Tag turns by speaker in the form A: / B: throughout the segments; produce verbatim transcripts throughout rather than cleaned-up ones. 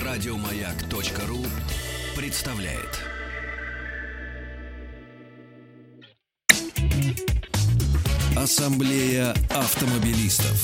A: Радиомаяк.ру представляет. Ассамблея автомобилистов.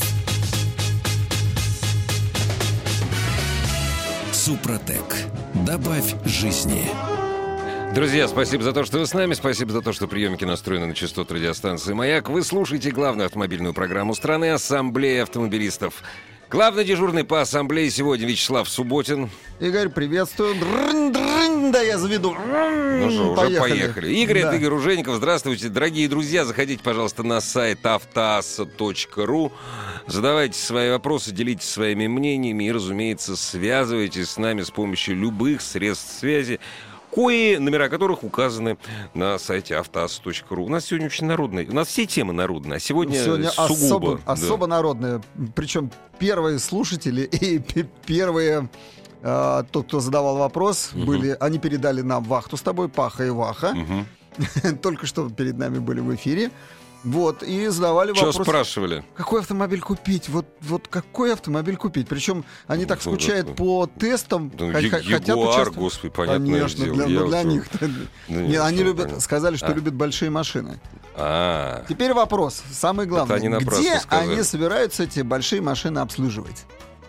A: Супротек. Добавь жизни.
B: Друзья, спасибо за то, что вы с нами. Спасибо за то, что приемники настроены на частоту радиостанции «Маяк». Вы слушаете главную автомобильную программу страны «Ассамблея автомобилистов». Главный дежурный по ассамблее сегодня Вячеслав Субботин.
C: Игорь, приветствую. Дрын-дрын, да, я заведу.
B: Ну что, уже
C: поехали.
B: поехали. Игорь,
C: да.
B: это Игорь Ужеников. Здравствуйте, дорогие друзья. Заходите, пожалуйста, на сайт автоасса точка ру. Задавайте свои вопросы, делитесь своими мнениями и, разумеется, связывайтесь с нами с помощью любых средств связи, кои номера которых указаны на сайте автоасса точка ру. У нас сегодня очень народные. У нас все темы народные, а сегодня,
C: сегодня
B: сугубо.
C: Особо,
B: да.
C: особо народные. Причем первые слушатели и первые, э, тот, кто задавал вопрос, угу. были, они передали нам вахту с тобой, Паха и Ваха. Угу. Только что перед нами были в эфире. Вот, и задавали
B: Что
C: вопрос.
B: спрашивали?
C: Какой автомобиль купить? Вот, вот какой автомобиль купить? Причем они так
B: Ну,
C: скучают
B: это...
C: по тестам.
B: Ну,
C: х-
B: я-
C: хотят
B: Ягуар,
C: участвовать.
B: господи, понятное
C: Конечно,
B: дело.
C: для,
B: Я
C: ну, для
B: вот-
C: них.
B: Да
C: Нет,
B: нет,
C: они
B: всё
C: любят,
B: понятно.
C: сказали, что
B: А.
C: любят большие машины.
B: А,
C: Теперь вопрос, самый главный.
B: они напрасно
C: Где
B: сказали.
C: они собираются эти большие машины обслуживать?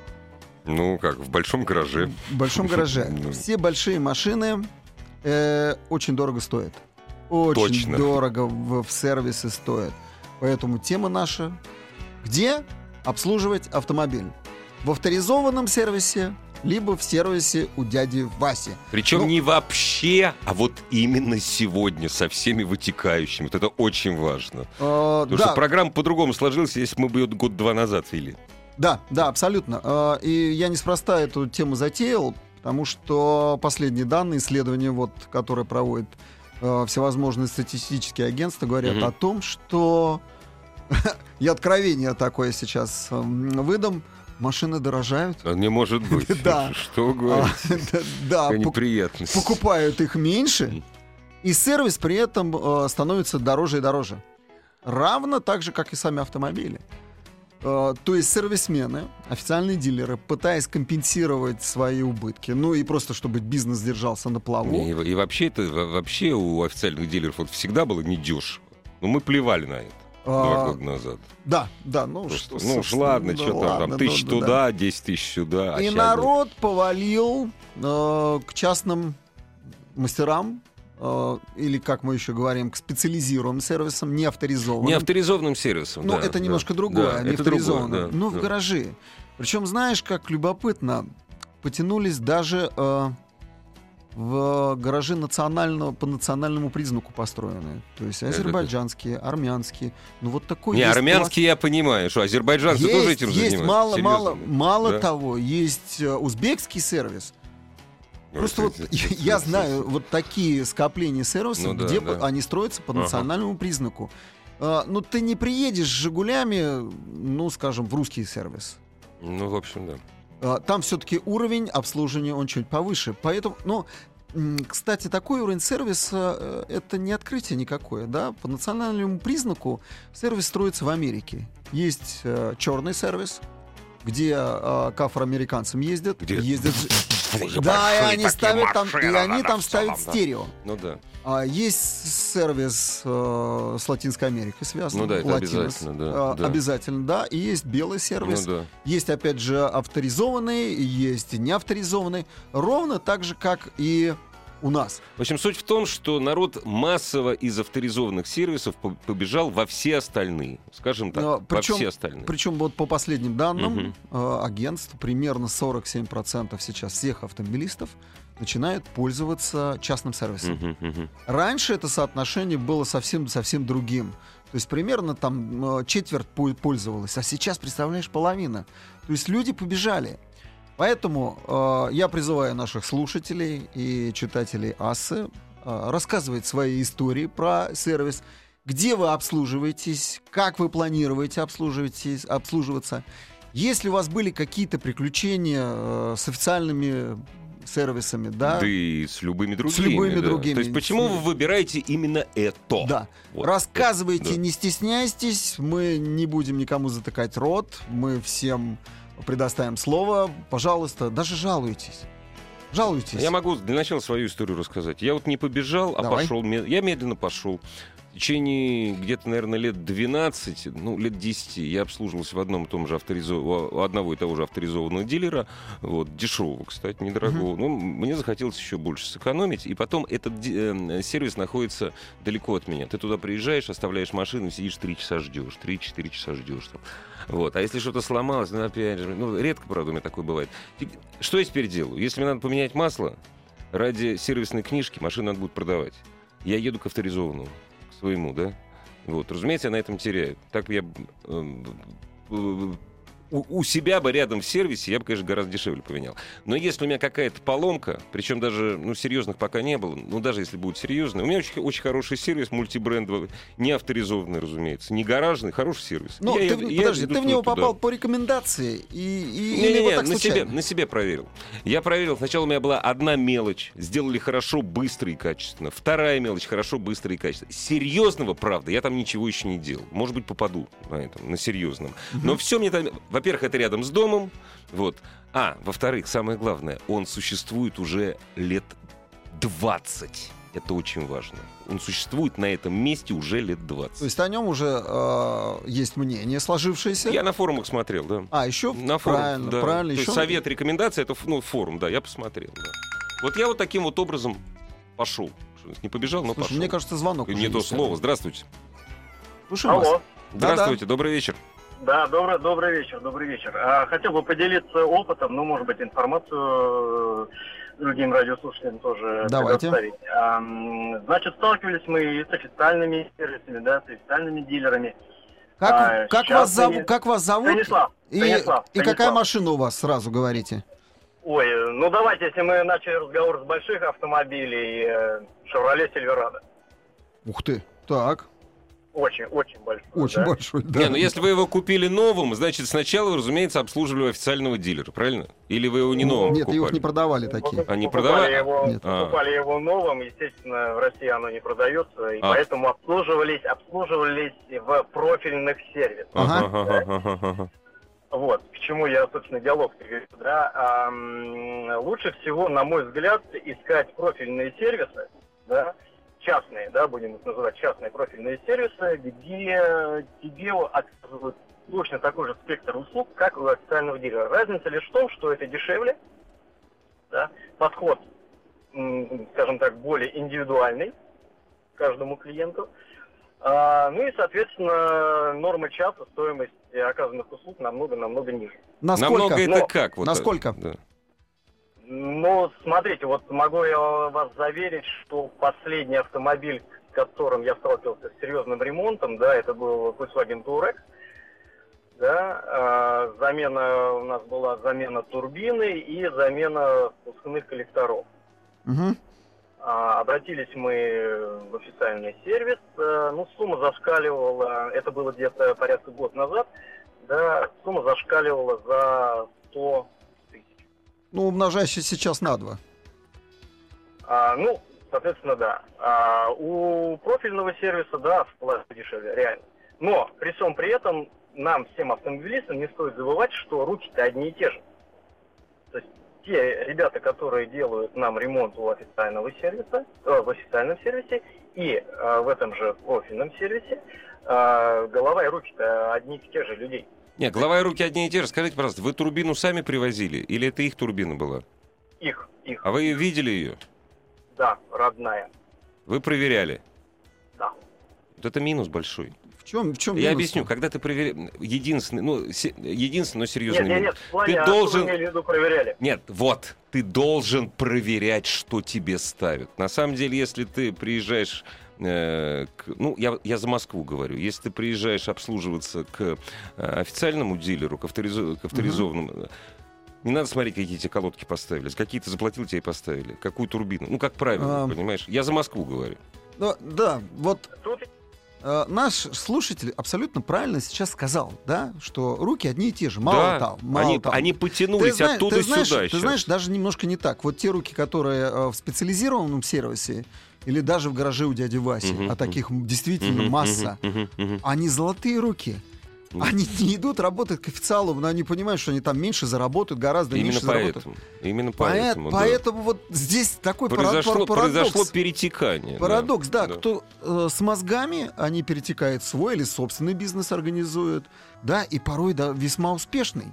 B: ну как, в большом гараже.
C: В большом гараже.
B: Ну.
C: Все большие машины э, очень дорого стоят. Очень
B: Точно.
C: дорого в, в сервисы стоят. Поэтому тема наша: где обслуживать автомобиль? В авторизованном сервисе, либо в сервисе у дяди Васи.
B: Причем
C: Ну,
B: не вообще, а вот именно сегодня, со всеми вытекающими. Вот это очень важно.
C: э,
B: Потому
C: да,
B: что программа по-другому сложилась, если бы мы бы ее год-два назад вели.
C: да, да, абсолютно. Э, и я неспроста эту тему затеял, потому что последние данные, исследования, вот, которые проводят э, всевозможные статистические агентства, говорят
B: Мгм.
C: о том, что я откровение такое сейчас эм, выдам: машины дорожают.
B: А не может быть.
C: Да.
B: Что вы
C: А,
B: говорите?
C: Да,
B: Какая
C: пок-
B: неприятность.
C: покупают их меньше, и сервис при этом э, становится дороже и дороже. Равно так же, как и сами автомобили. Э, то есть сервисмены, официальные дилеры, пытаясь компенсировать свои убытки, ну и просто чтобы бизнес держался на плаву.
B: И, и вообще это во- вообще у официальных дилеров вот всегда было недешево. Но мы плевали на это два
C: А,
B: года назад.
C: Да, да, ну
B: Просто,
C: что,
B: ну уж
C: собственно,
B: ладно,
C: да
B: что там,
C: ладно,
B: там
C: ну
B: тысяч
C: да,
B: туда,
C: да.
B: десять тысяч сюда. а
C: И
B: щас
C: народ повалил э, к частным мастерам, э, или, как мы еще говорим, к специализированным сервисам, не авторизованным.
B: Не авторизованным сервисом.
C: Ну,
B: да,
C: это
B: да.
C: немножко другое,
B: Да,
C: не
B: это другое,
C: авторизованным.
B: да,
C: Ну, в
B: да.
C: гаражи. Причем, знаешь, как любопытно, потянулись даже э, в гаражи национального, по национальному признаку построенные. То есть азербайджанские, армянские. Ну, вот такой
B: Не,
C: есть
B: армянский я понимаю, что азербайджанцы
C: есть,
B: тоже этим
C: есть
B: занимаются.
C: мало,
B: Серьезно?
C: мало, мало
B: Да?
C: того, есть э, узбекский сервис. Просто
B: Ну,
C: вот
B: это-
C: я,
B: это-
C: я
B: это-
C: знаю вот такие скопления сервисов,
B: Ну да,
C: где
B: да.
C: они строятся по
B: Ага.
C: национальному признаку. А, ну, ты не приедешь с «Жигулями», ну, скажем, в русский сервис.
B: Ну, в общем, да.
C: А, там все-таки уровень обслуживания, он чуть повыше. Поэтому, ну, м, кстати, такой уровень сервиса э, — это не открытие никакое, да. По национальному признаку сервис строится в Америке. Есть э, черный сервис, где э, к афроамериканцам ездят.
B: Где?
C: ездят ж-
B: Большие
C: Да, и они
B: такие
C: ставят там, и
B: машины
C: они
B: на
C: там
B: всё
C: ставят
B: там, да.
C: стерео.
B: Ну да.
C: А есть сервис э, с Латинской Америкой связан.
B: Ну да, это
C: Латинос.
B: обязательно, да,
C: А,
B: да.
C: Обязательно, да. И есть белый сервис.
B: Ну да.
C: Есть, опять же, авторизованные, есть неавторизованные. Ровно так же, как и у нас.
B: В общем, суть в том, что народ массово из авторизованных сервисов по- побежал во все остальные. Скажем так,
C: Но
B: во
C: причем-
B: все остальные.
C: Причем вот по последним данным
B: Мгм.
C: э, агентств, примерно сорок семь процентов сейчас всех автомобилистов начинают пользоваться частным сервисом.
B: Мгм, мгм.
C: Раньше это соотношение было совсем-совсем другим. То есть примерно там э, четверть пу- пользовалась, а сейчас, представляешь, половина. То есть люди побежали. Поэтому э, я призываю наших слушателей и читателей Ассы э, рассказывать свои истории про сервис, где вы обслуживаетесь, как вы планируете обслуживаетесь, обслуживаться. Если у вас были какие-то приключения э, с официальными сервисами, да,
B: Да и с любыми другими.
C: любыми
B: да.
C: другими.
B: То есть почему вы выбираете именно это?
C: да.
B: Вот.
C: Рассказывайте,
B: Да.
C: не стесняйтесь, мы не будем никому затыкать рот, мы всем предоставим слово, пожалуйста, даже жалуйтесь. Жалуйтесь.
B: Я могу для начала свою историю рассказать. Я вот не побежал, а
C: Давай.
B: пошел. Я медленно пошел. В течение где-то, наверное, лет двенадцати, ну, лет десяти я обслуживался в одном и том же авторизов... у одного и того же авторизованного дилера, вот, дешевого, кстати, недорогого. Mm-hmm. Ну, мне захотелось еще больше сэкономить, и потом этот э, сервис находится далеко от меня. Ты туда приезжаешь, оставляешь машину, сидишь три часа ждешь, три-четыре часа ждешь. Там. Вот. А если что-то сломалось, ну, опять же, ну, редко, правда, у меня такое бывает. Что я теперь делаю? Если мне надо поменять масло, ради сервисной книжки машину надо будет продавать. Я еду к авторизованному. Своему, да? Вот, разумеется, я на этом теряю. Так я э, э, у, у себя бы рядом в сервисе я бы, конечно, гораздо дешевле поменял. Но если у меня какая-то поломка, причем даже, ну, серьезных пока не было, ну, даже если будет серьезно, у меня очень, очень хороший сервис, мультибрендовый, не авторизованный, разумеется, не гаражный, хороший сервис.
C: Ну,
B: я,
C: ты,
B: я,
C: подожди,
B: я
C: ты в него
B: туда.
C: попал по рекомендации и, и,
B: Не,
C: или
B: не,
C: вот
B: не,
C: так
B: на
C: случайно?
B: себе, на себе проверил. Я проверил. Сначала у меня была одна мелочь. Сделали хорошо, быстро и качественно. Вторая мелочь. Хорошо, быстро и качественно. Серьезного, правда, я там ничего еще не делал. Может быть, попаду на этом, на серьезном. Но все мне там... Во-первых, это рядом с домом. Вот. А, во-вторых, самое главное, он существует уже лет двадцать. Это очень важно. Он существует на этом месте уже лет двадцать.
C: То есть о нем уже э, есть мнение сложившееся?
B: Я на форумах смотрел, да.
C: А, еще?
B: На форум,
C: правильно,
B: да.
C: правильно.
B: То
C: еще...
B: есть совет, рекомендация, это ну, форум, да, я посмотрел. Да. Вот я вот таким вот образом пошел. Не побежал, но
C: Слушай,
B: пошел.
C: мне кажется, звонок
B: Не
C: уже
B: то
C: есть.
B: слово. Здравствуйте.
C: Слушаем вас.
D: Алло.
B: Здравствуйте, добрый вечер.
D: Да, добрый, добрый вечер, добрый вечер. А, хотел бы поделиться опытом, ну, может быть, информацию другим радиослушателям тоже
C: Давайте.
D: предоставить. А, м, значит, сталкивались мы и с официальными сервисами, да, с официальными дилерами.
C: Как,
D: А,
C: как,
D: сейчас
C: вас зову-
D: они-
C: как вас зовут?
D: Станислав.
C: И,
D: Станислав,
C: и какая
D: Станислав.
C: машина у вас, сразу говорите?
D: Ой, ну давайте, если мы начали разговор с больших автомобилей, э, Chevrolet Silverado.
C: Ух ты, так,
D: Очень, очень большой.
C: очень
D: да.
C: большой. Да.
B: Не, ну если вы его купили новым, значит, сначала, разумеется, обслуживали у официального дилера, правильно? Или вы его не новым
C: Нет,
B: покупали?
C: их не продавали такие.
D: Мы
B: Они
D: покупали
B: продавали?
D: Его,
C: Нет.
B: А.
D: покупали его новым, естественно, в России оно не продается, и
B: А.
D: поэтому обслуживались, обслуживались в профильных сервисах.
C: Ага.
B: Ага, ага, ага, ага.
D: Вот, к чему я, собственно, диалог приведу, да. А, м, лучше всего, на мой взгляд, искать профильные сервисы, да, частные, да, будем их называть частные профильные сервисы, где тебе оказывают точно такой же спектр услуг, как у официального дилера. Разница лишь в том, что это дешевле, да, подход, м, скажем так, более индивидуальный к каждому клиенту. А, ну и, соответственно, нормы часа, стоимость оказанных услуг намного-намного ниже.
C: Насколько?
B: Намного это
D: Но-
B: как? Вот
C: Насколько?
B: так, да.
D: Ну, смотрите, вот могу я вас заверить, что последний автомобиль, с которым я сталкивался с серьезным ремонтом, да, это был Volkswagen Touareg. Да, а, замена у нас была замена турбины и замена впускных коллекторов.
C: Мгм.
D: А, обратились мы в официальный сервис, а, ну, сумма зашкаливала, это было где-то порядка год назад, да, сумма зашкаливала за сто тысяч.
C: Ну, умножающий сейчас на два.
D: А, ну, соответственно, да. А, у профильного сервиса, да, в плане дешевле, реально. Но при всем при этом нам, всем автомобилистам, не стоит забывать, что руки-то одни и те же. То есть те ребята, которые делают нам ремонт у официального сервиса, э, в официальном сервисе и э, в этом же профильном сервисе, э, голова и руки-то одни и те же людей.
B: Не, голова и руки одни и те же. Скажите, пожалуйста, вы турбину сами привозили? Или это их турбина была?
D: Их, их,
B: А вы видели ее?
D: да, родная,
B: Вы проверяли?
D: да.
B: Вот это минус большой.
C: В чем, в чем
B: Я
C: минус-то?
B: объясню, когда ты проверяешь... Единственный, ну, се- единственный, но серьезный
D: Нет, нет,
B: минус.
D: нет, в плане,
B: Ты
D: а что
B: должен...
D: вы имели в виду, проверяли?
B: Нет, вот, ты должен проверять, что тебе ставят. На самом деле, если ты приезжаешь... э, к- ну, я, я за Москву говорю. Если ты приезжаешь обслуживаться к э, официальному дилеру, к, авторизо- к авторизованному... э, Не надо смотреть, какие тебе колодки поставили. Какие ты заплатил, тебе и поставили. Какую турбину. Ну, как правило,
C: А.
B: понимаешь? Я за Москву говорю.
C: Ну, да, вот
D: Тут
C: э, наш слушатель абсолютно правильно сейчас сказал, да, что руки одни и те же. Мало
B: да,
C: там, мало
B: они,
C: там.
B: они
C: Ты
B: потянулись
C: зна-
B: оттуда
C: ты знаешь,
B: сюда.
C: ты
B: щас.
C: знаешь, даже немножко не так. Вот те руки, которые э, в специализированном сервисе или даже в гараже у дяди Васи,
B: Мгм,
C: а таких м, действительно
B: Мгм,
C: масса,
B: мгм, мгм, мгм.
C: они золотые руки. Они не идут работать к официалу, но они понимают, что они там меньше заработают, гораздо
B: Именно
C: меньше
B: поэтому.
C: заработают.
B: Именно
C: Поэт-
B: поэтому. да.
C: Поэтому вот здесь такой пара-
B: Произошло,
C: пар- парадокс.
B: произошло перетекание.
C: Парадокс, да.
B: да.
C: Кто э, с мозгами, они перетекают в свой или собственный бизнес организуют, да, и порой да, весьма успешный.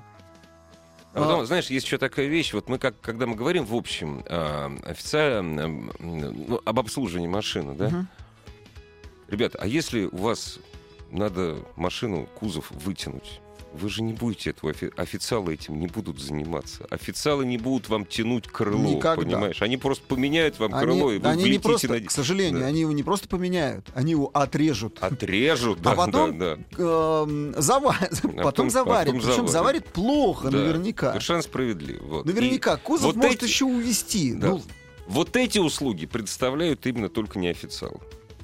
B: А потом, знаешь, есть еще такая вещь, вот мы как, когда мы говорим в общем э, официально э, ну, об обслуживании машины, да,
C: Мгм.
B: ребята, а если у вас надо машину, кузов вытянуть, вы же не будете этого, офи- официалы этим не будут заниматься. Официалы не будут вам тянуть крыло,
C: Никогда.
B: понимаешь? Они просто поменяют вам
C: Они,
B: крыло, и вы
C: они не
B: влетите
C: просто,
B: на...
C: к сожалению,
B: Да.
C: они его не просто поменяют, они его отрежут.
B: Отрежут, да,
C: А потом
B: да, да.
C: эм, зава-
B: потом-
C: потом заварит.
B: потом
C: Причем
B: заварит.
C: заварит плохо,
B: Да,
C: наверняка.
B: Совершенно справедливо. Вот.
C: Наверняка.
B: И
C: Кузов
B: вот
C: может
B: эти-
C: еще увезти.
B: Да.
C: Ну,
B: Вот эти услуги предоставляют именно только неофициалы.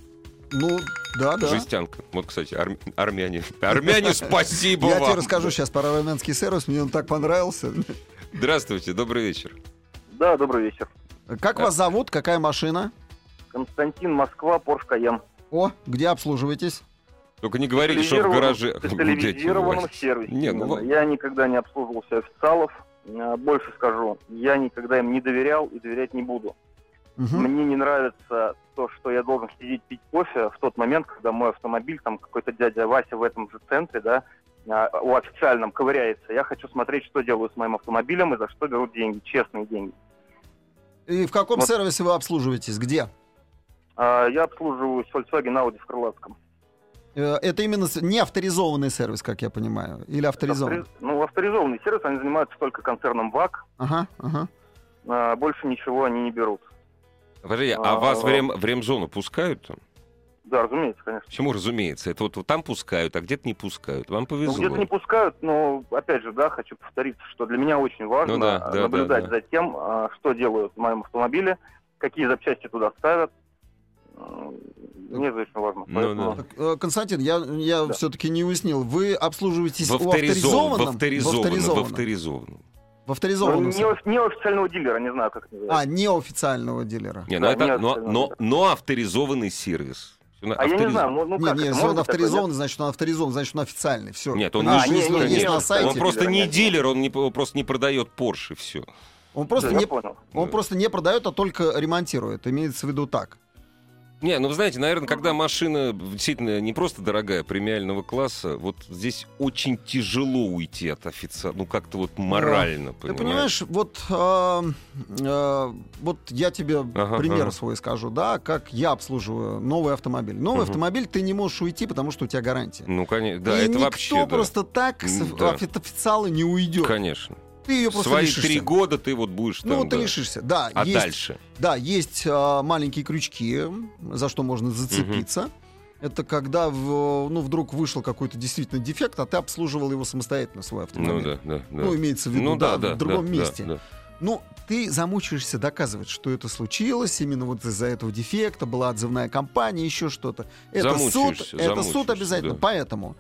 C: ну, да, да.
B: Жестянка. Вот, кстати, арм- армяне. Армяне, спасибо
C: Я
B: вам.
C: тебе расскажу сейчас про армянский сервис, мне он так понравился.
B: Здравствуйте, добрый вечер.
D: Да, добрый вечер.
C: Как
B: Да.
C: вас зовут? Какая машина?
D: Константин, Москва, Porsche Cayenne.
C: О, где обслуживаетесь?
B: Только не говорите, что в гараже...
D: Специализированном сервисе.
B: Не, ну,
D: именно.
B: во-
D: Я никогда не обслуживался официалов. А, Больше скажу, я никогда им не доверял и доверять не буду.
C: Мгм.
D: Мне не нравится то, что я должен сидеть пить кофе в тот момент, когда мой автомобиль, там какой-то дядя Вася в этом же центре, да, а, у официальном ковыряется. Я хочу смотреть, что делаю с моим автомобилем и за что берут деньги, честные деньги.
C: И в каком
D: Вот.
C: сервисе вы обслуживаетесь? Где?
D: А, Я обслуживаю Volkswagen Audi в Крылатском.
C: Э, Это именно с- не авторизованный сервис, как я понимаю, или авторизованный?
D: Автори- Ну, авторизованный сервис, они занимаются только концерном ВАК,
C: Ага, ага.
D: а, больше ничего они не берут.
B: Подожди, а
D: А,
B: вас в, рем- в ремзону пускают там?
D: Да, разумеется, конечно.
B: Почему разумеется? Это вот, вот там пускают, а где-то не пускают. Вам
D: Ну,
B: повезло.
D: где-то не пускают, но, опять же, да, хочу повториться, что для меня очень важно
B: Ну да, да,
D: наблюдать
B: да, да.
D: за тем, а, что делают в моем автомобиле, какие запчасти туда ставят. М, Мне это очень важно.
B: Ну
D: Поэтому-
C: Так, э, Константин, я, я
D: Да.
C: все-таки не уяснил. Вы обслуживаетесь
B: В
C: у
B: авторизованном, в
C: авторизованном?
B: авторизованном, в
C: авторизованном.
B: авторизованном.
C: В
D: Ну,
C: авторизованном
D: не,
C: сервисе.
D: оф- не официального дилера, не знаю, как это называется.
C: А, неофициального дилера.
B: Не, ну
D: Да,
B: это,
D: не
B: но,
D: авторизованный,
B: но,
D: да.
B: но авторизованный сервис.
D: А я не
B: Авториз-
D: знаю, ну, ну
C: не,
D: как
C: не,
D: это?
C: если
D: Может
C: он
D: быть такое,
C: авторизован, значит он авторизован, значит он официальный. Все.
B: Нет, он
C: Понимаешь,
D: не-
C: если
D: не-
C: он
D: не-
C: есть
D: не-
C: на
D: он
C: сайте,
B: Он просто
D: дилера,
B: не
D: нет.
B: дилер, он, не, он просто не продает Porsche, все.
C: он
D: нет?
C: просто
D: Я
C: не,
D: понял.
C: он
B: Да.
C: просто не продает, а только ремонтирует. Имеется в виду так.
B: Не, ну вы знаете, наверное, когда машина действительно не просто дорогая, премиального класса, вот здесь очень тяжело уйти от официала, ну как-то вот морально,
C: Ты понимаешь, вот, э, э, вот я тебе
B: Ага,
C: пример
B: ага.
C: свой скажу, да, как я обслуживаю новый автомобиль. Новый
B: Мгм.
C: автомобиль ты не можешь уйти, потому что у тебя гарантия.
B: Ну, конечно, да,
C: И
B: это
C: никто
B: вообще, да.
C: просто так с
B: М, да.
C: офи- официала не уйдет.
B: Конечно.
C: Ты ее
B: В
C: просто
B: свои
C: лишишься.
B: три года ты вот будешь
C: Ну,
B: там,
C: вот ты
B: да.
C: лишишься. Да,
B: А
C: есть,
B: дальше?
C: да, есть а, маленькие крючки, за что можно зацепиться. Это когда в- ну, вдруг вышел какой-то действительно дефект, а ты обслуживал его самостоятельно, свой автомобиль.
B: Ну да, да, да.
C: Ну, имеется в виду,
B: Ну
C: да,
B: да, да,
C: в другом
B: да,
C: месте.
B: да, да.
C: Ну, ты замучаешься доказывать, что это случилось, именно вот из-за этого дефекта, была отзывная кампания, еще что-то. Это суд,
B: Замучаешься,
C: это суд
B: замучаешься,
C: обязательно.
B: да.
C: Поэтому,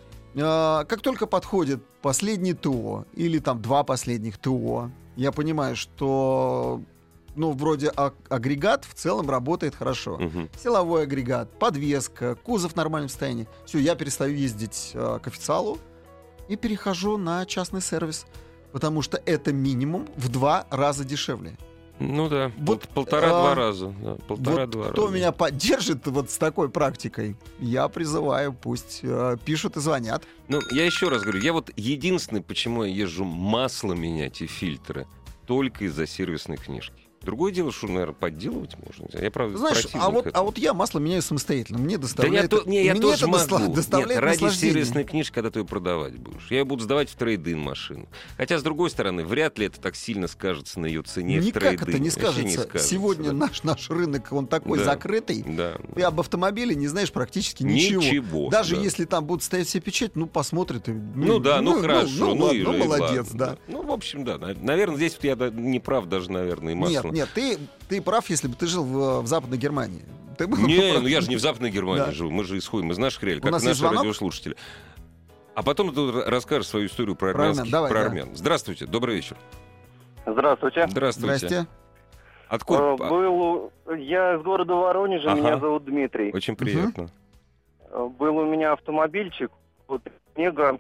C: э, как только подходит последний ТО, или там два последних ТО, я понимаю, что, ну, вроде а- агрегат в целом работает хорошо.
B: Мгм.
C: Силовой агрегат, подвеска, кузов в нормальном состоянии. Все, я перестаю ездить э, к официалу и перехожу на частный сервис. Потому что это минимум в два раза дешевле.
B: Ну да,
C: Вот,
B: пол- полтора-два
C: а,
B: раза. Да, полтора-два
C: Вот кто
B: раза.
C: меня поддержит вот с такой практикой, я призываю, пусть э, пишут и звонят.
B: Ну, я еще раз говорю, я вот единственный, почему я езжу масло менять и фильтры, только из-за сервисной книжки. Другое дело, что, наверное, подделывать можно. Я, правда,
C: Знаешь,
B: противник
C: а вот,
B: этому.
C: а вот я масло меняю самостоятельно. Мне
B: Да
C: доставляет...
B: я, то, не, я
C: мне
B: тоже
C: это досла-
B: могу.
C: доставляет
B: Нет, ради
C: наслаждение.
B: сервисной книжки, когда ты ее продавать будешь. Я ее буду сдавать в трейд-ин машину. Хотя, с другой стороны, вряд ли это так сильно скажется на ее цене в
C: Никак
B: трейд-ине.
C: это не
B: Вообще
C: скажется.
B: скажется,
C: Сегодня
B: да.
C: наш, наш рынок, он такой
B: Да.
C: закрытый.
B: Да.
C: Ты об автомобиле не знаешь практически ничего.
B: Ничего,
C: Даже
B: да.
C: если там будут стоять все печати, ну, посмотрит. и,
B: Ну да, ну, хорошо.
C: Ну,
B: Ну,
C: ладно,
B: и
C: ну,
B: же, и
C: молодец,
B: ладно,
C: да.
B: Ну, в общем, да. Наверное, здесь вот я да, не прав даже, наверное, и масло.
C: Нет, нет, ты, ты прав, если бы ты жил в, в Западной Германии. Ты был бы
B: Не,
C: прав.
B: ну я же не в Западной Германии
C: Да.
B: живу. Мы же исходим из наших реалий,
C: У
B: как
C: нас есть
B: наши
C: звонок?
B: радиослушатели. А потом ты р- расскажешь свою историю про,
C: Про
B: армянских,
C: армян, давай,
B: про
C: да.
B: армян. Здравствуйте, добрый вечер.
D: Здравствуйте.
B: Здравствуйте.
C: Здрасте.
B: Откуда?
D: Э, Был, у- я из города Воронежа,
B: Ага.
D: меня зовут Дмитрий.
B: Очень приятно.
D: Э, Был у меня автомобильчик, вот
E: Мега,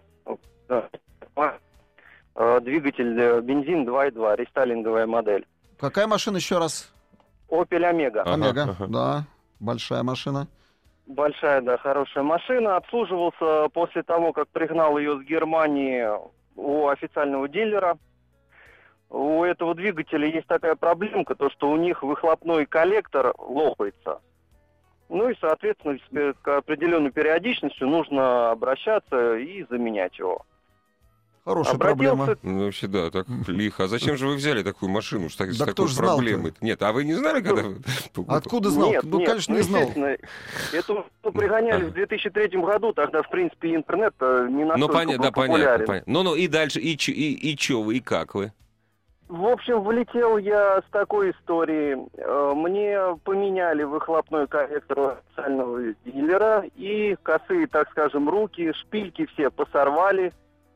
E: двигатель бензин два и два, рестайлинговая модель.
C: Какая машина еще раз?
E: Opel Omega.
B: Ага,
C: Омега,
B: ага.
C: да, большая машина.
E: Большая, да, хорошая машина. Обслуживался после того, как пригнал ее с Германии у официального дилера. У этого двигателя есть такая проблемка, то что у них выхлопной коллектор лопается. Ну и, соответственно, к определенной периодичностью нужно обращаться и заменять его.
C: Хорошая
E: Обратился-
C: проблема.
B: Ну, вообще, да, так лихо. А зачем же вы взяли такую машину с, так- с
C: Да
B: такой
C: кто ж знал-то?
B: проблемой? Нет, а вы не знали, когда вы покупали?
C: Откуда знал?
E: Нет,
C: ну,
E: нет,
C: конечно,
E: ну,
C: не знал.
E: естественно, Эту ну, пригоняли в две тысячи третьем году, тогда, в принципе, интернет э, не
B: Ну,
E: настолько
B: понятно,
E: был
B: да, понятно,
E: популярен.
B: понятно. Ну-ну, и дальше, и, чё- и, и чё вы, и как вы?
E: В общем, влетел я с такой историей. Э, Мне поменяли выхлопной коллектор у официального дилера, и косые, так скажем, руки, шпильки все посорвали.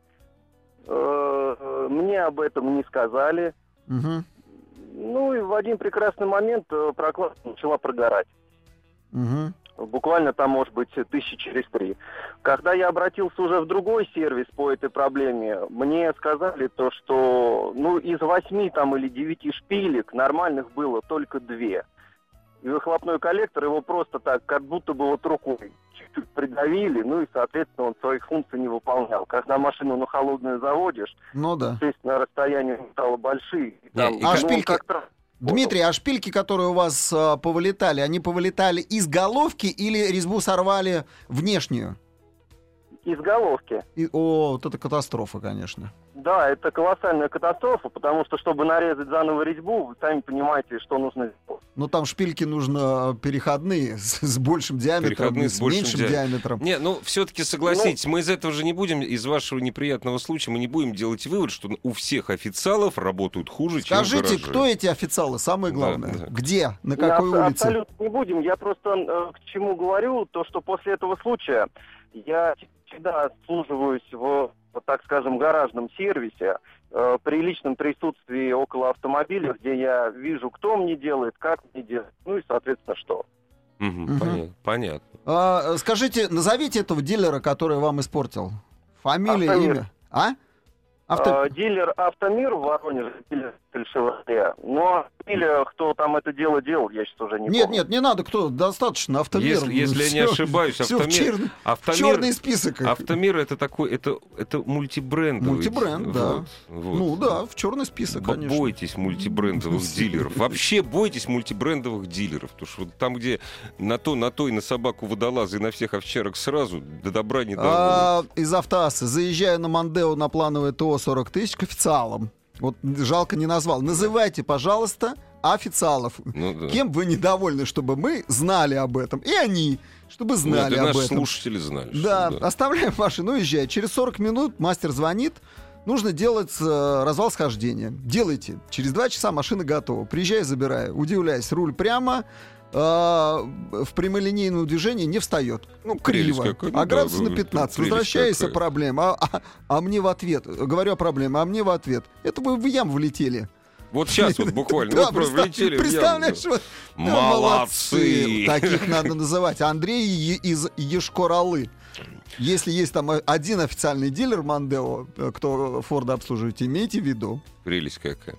E: Э, Мне об этом не сказали.
C: Мгм,
E: Ну и в один прекрасный момент э, прокладка начала прогорать.
C: мгм.
E: Буквально там, может быть, тысячи через три. Когда я обратился уже в другой сервис по этой проблеме, мне сказали то, что ну, из восьми там или девяти шпилек нормальных было только две. И выхлопной коллектор его просто так, как будто бы вот рукой чуть-чуть придавили, ну и, соответственно, он своих функций не выполнял. Когда машину на холодную заводишь,
C: Ну да.
E: естественно, расстояния стало большие. и там,
B: и
E: ну,
C: а
E: он
C: шпильки-
E: как-то-
C: Дмитрий, а шпильки, которые у вас а, повылетали, они повылетали из головки или резьбу сорвали внешнюю?
E: из головки.
C: И- о, вот это катастрофа, конечно.
E: Да, это колоссальная катастрофа, потому что, чтобы нарезать заново резьбу, вы сами понимаете, что нужно сделать.
C: Но там шпильки нужно переходные, с, с большим диаметром,
B: Переходные
C: с,
B: с большим
C: меньшим
B: диа-
C: диаметром.
B: Не, ну, все-таки согласитесь, мы из этого же не будем, из вашего неприятного случая, мы не будем делать вывод, что у всех официалов работают хуже, чем в
C: Скажите,
B: гараже.
C: кто эти официалы, самое
B: Да,
C: главное?
B: да.
C: Где? На
E: Я
C: какой
E: аб-
C: улице?
E: Абсолютно не будем. Я просто э, к чему говорю, то, что после этого случая я всегда обслуживаюсь в, вот так скажем, гаражном сервисе, э, при личном присутствии около автомобиля, где я вижу, кто мне делает, как мне делает, ну и, соответственно, что.
B: Мгм,
C: Мгм.
B: понятно, понятно.
C: А, скажите, назовите этого дилера, который вам испортил. Фамилия,
E: Автомир.
C: имя. А? Авто...
E: Э, дилер «Автомир» в Воронеже, дилер «Шевроле». Но фамилия, кто там это дело делал, я сейчас уже не
C: Нет,
E: помню.
C: нет, не надо, кто, достаточно автомир.
B: Если, если я не
C: Всё-
B: ошибаюсь,
C: всё в,
B: автомир,
C: чер- в
B: автомир,
C: черный список.
B: автомир это такой, это, это мультибрендовый.
C: Мультибренд, да.
B: Вот, вот.
C: Ну да, в черный список,
B: Бо-
C: конечно.
B: Бойтесь мультибрендовых дилеров. Вообще бойтесь мультибрендовых дилеров. Потому что вот там, где на то, на то и на собаку водолазы, и на всех овчарок сразу, до добра не доводят.
C: А, из Автоассы, заезжая на Мондео на плановое ТО сорок тысяч к официалам. Вот жалко не назвал. Называйте, пожалуйста, официалов.
B: Ну да.
C: Кем вы недовольны, чтобы мы знали об этом. И они, чтобы
B: Нет,
C: знали
B: и
C: об
B: наши
C: этом.
B: слушатели знали. что
C: Да,
B: да.
C: оставляем машину, уезжай. Через сорок минут мастер звонит. Нужно делать э, развал схождения. Делайте. Через два часа машина готова. Приезжай, забирай. Удивляйся, руль прямо. э, в прямолинейном движении не встает. Ну,
B: Прелесть
C: криво.
B: какая, ну
C: а
B: да,
C: градусов на
B: ну,
C: пятнадцать.
B: прелесть
C: Возвращается
B: какая.
C: проблема. А, а- а мне в ответ. Говорю о проблеме, а мне в ответ. Это вы в яму влетели.
B: Вот сейчас вот буквально.
C: Да,
B: вот просто
C: представ-
B: влетели в яму,
C: представляешь,
B: да.
C: вот, да,
B: Молодцы!
C: Таких надо называть. Андрей Е- из Ешкор-Олы. Если есть там один официальный дилер Мондео, э, кто Форда обслуживает, имейте в виду.
B: Прелесть какая.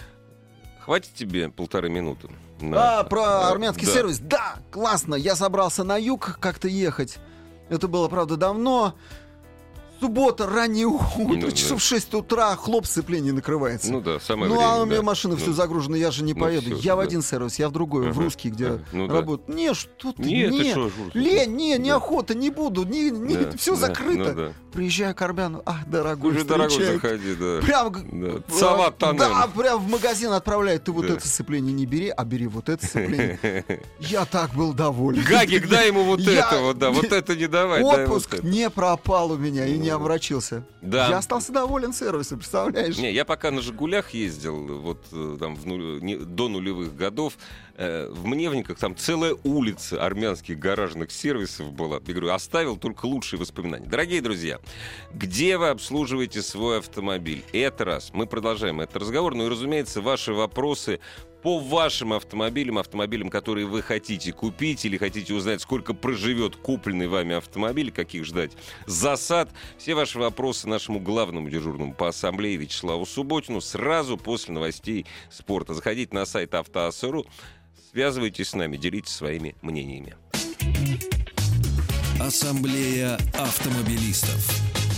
B: Хватит тебе полторы минуты? на-
C: А, про
B: э,
C: армянский
B: да.
C: сервис. Да, классно. Я собрался на юг как-то ехать. Это было, правда, давно. Суббота, раннее утро,
B: Ну, да.
C: часов в шесть утра, хлоп, сцепление накрывается.
B: Ну да, самое
C: Ну,
B: время.
C: а у меня
B: да.
C: машина
B: Ну,
C: все загружена, я же не
B: ну,
C: поеду.
B: всё,
C: я в
B: да.
C: один сервис, я в другой, в
B: Ага,
C: русский, где
B: ага, ну да.
C: работаю. Не, что ты,
B: Нет, ты
C: не,
B: шо, Жур,
C: лень, не,
B: да.
C: неохота, не буду, не, не,
B: Да,
C: все
B: да,
C: закрыто.
B: ну да.
C: Приезжаю к Арбяну, а, дорогой,
B: Уже дорогой
C: встречает.
B: заходи, да.
C: Прям, г-
B: Да.
C: а,
B: Сова тоннель.
C: да, прям в магазин отправляет. Ты вот
B: Да.
C: это сцепление не бери, а бери вот это сцепление. Я так был доволен.
B: Гагик, дай ему вот
C: Я-
B: это вот, да, вот это не давай, дай ему
C: Отпуск
B: вот это.
C: не пропал у меня и не
B: Ну,
C: омрачился.
B: да.
C: Я остался доволен сервисом, представляешь?
B: Не, я пока на «Жигулях» ездил, вот э, там в нуль- не- до нулевых годов, э, в Мневниках там целая улица армянских гаражных сервисов была. Я говорю, оставил только лучшие воспоминания. Дорогие друзья, где вы обслуживаете свой автомобиль? Это раз. Мы продолжаем этот разговор. Ну и, разумеется, ваши вопросы по вашим автомобилям, автомобилям, которые вы хотите купить или хотите узнать, сколько проживет купленный вами автомобиль, каких ждать засад. Все ваши вопросы нашему главному дежурному по ассамблее Вячеславу Субботину сразу после новостей спорта. Заходите на сайт автоасса точка ру, связывайтесь с нами, делитесь своими мнениями.
A: Ассамблея автомобилистов.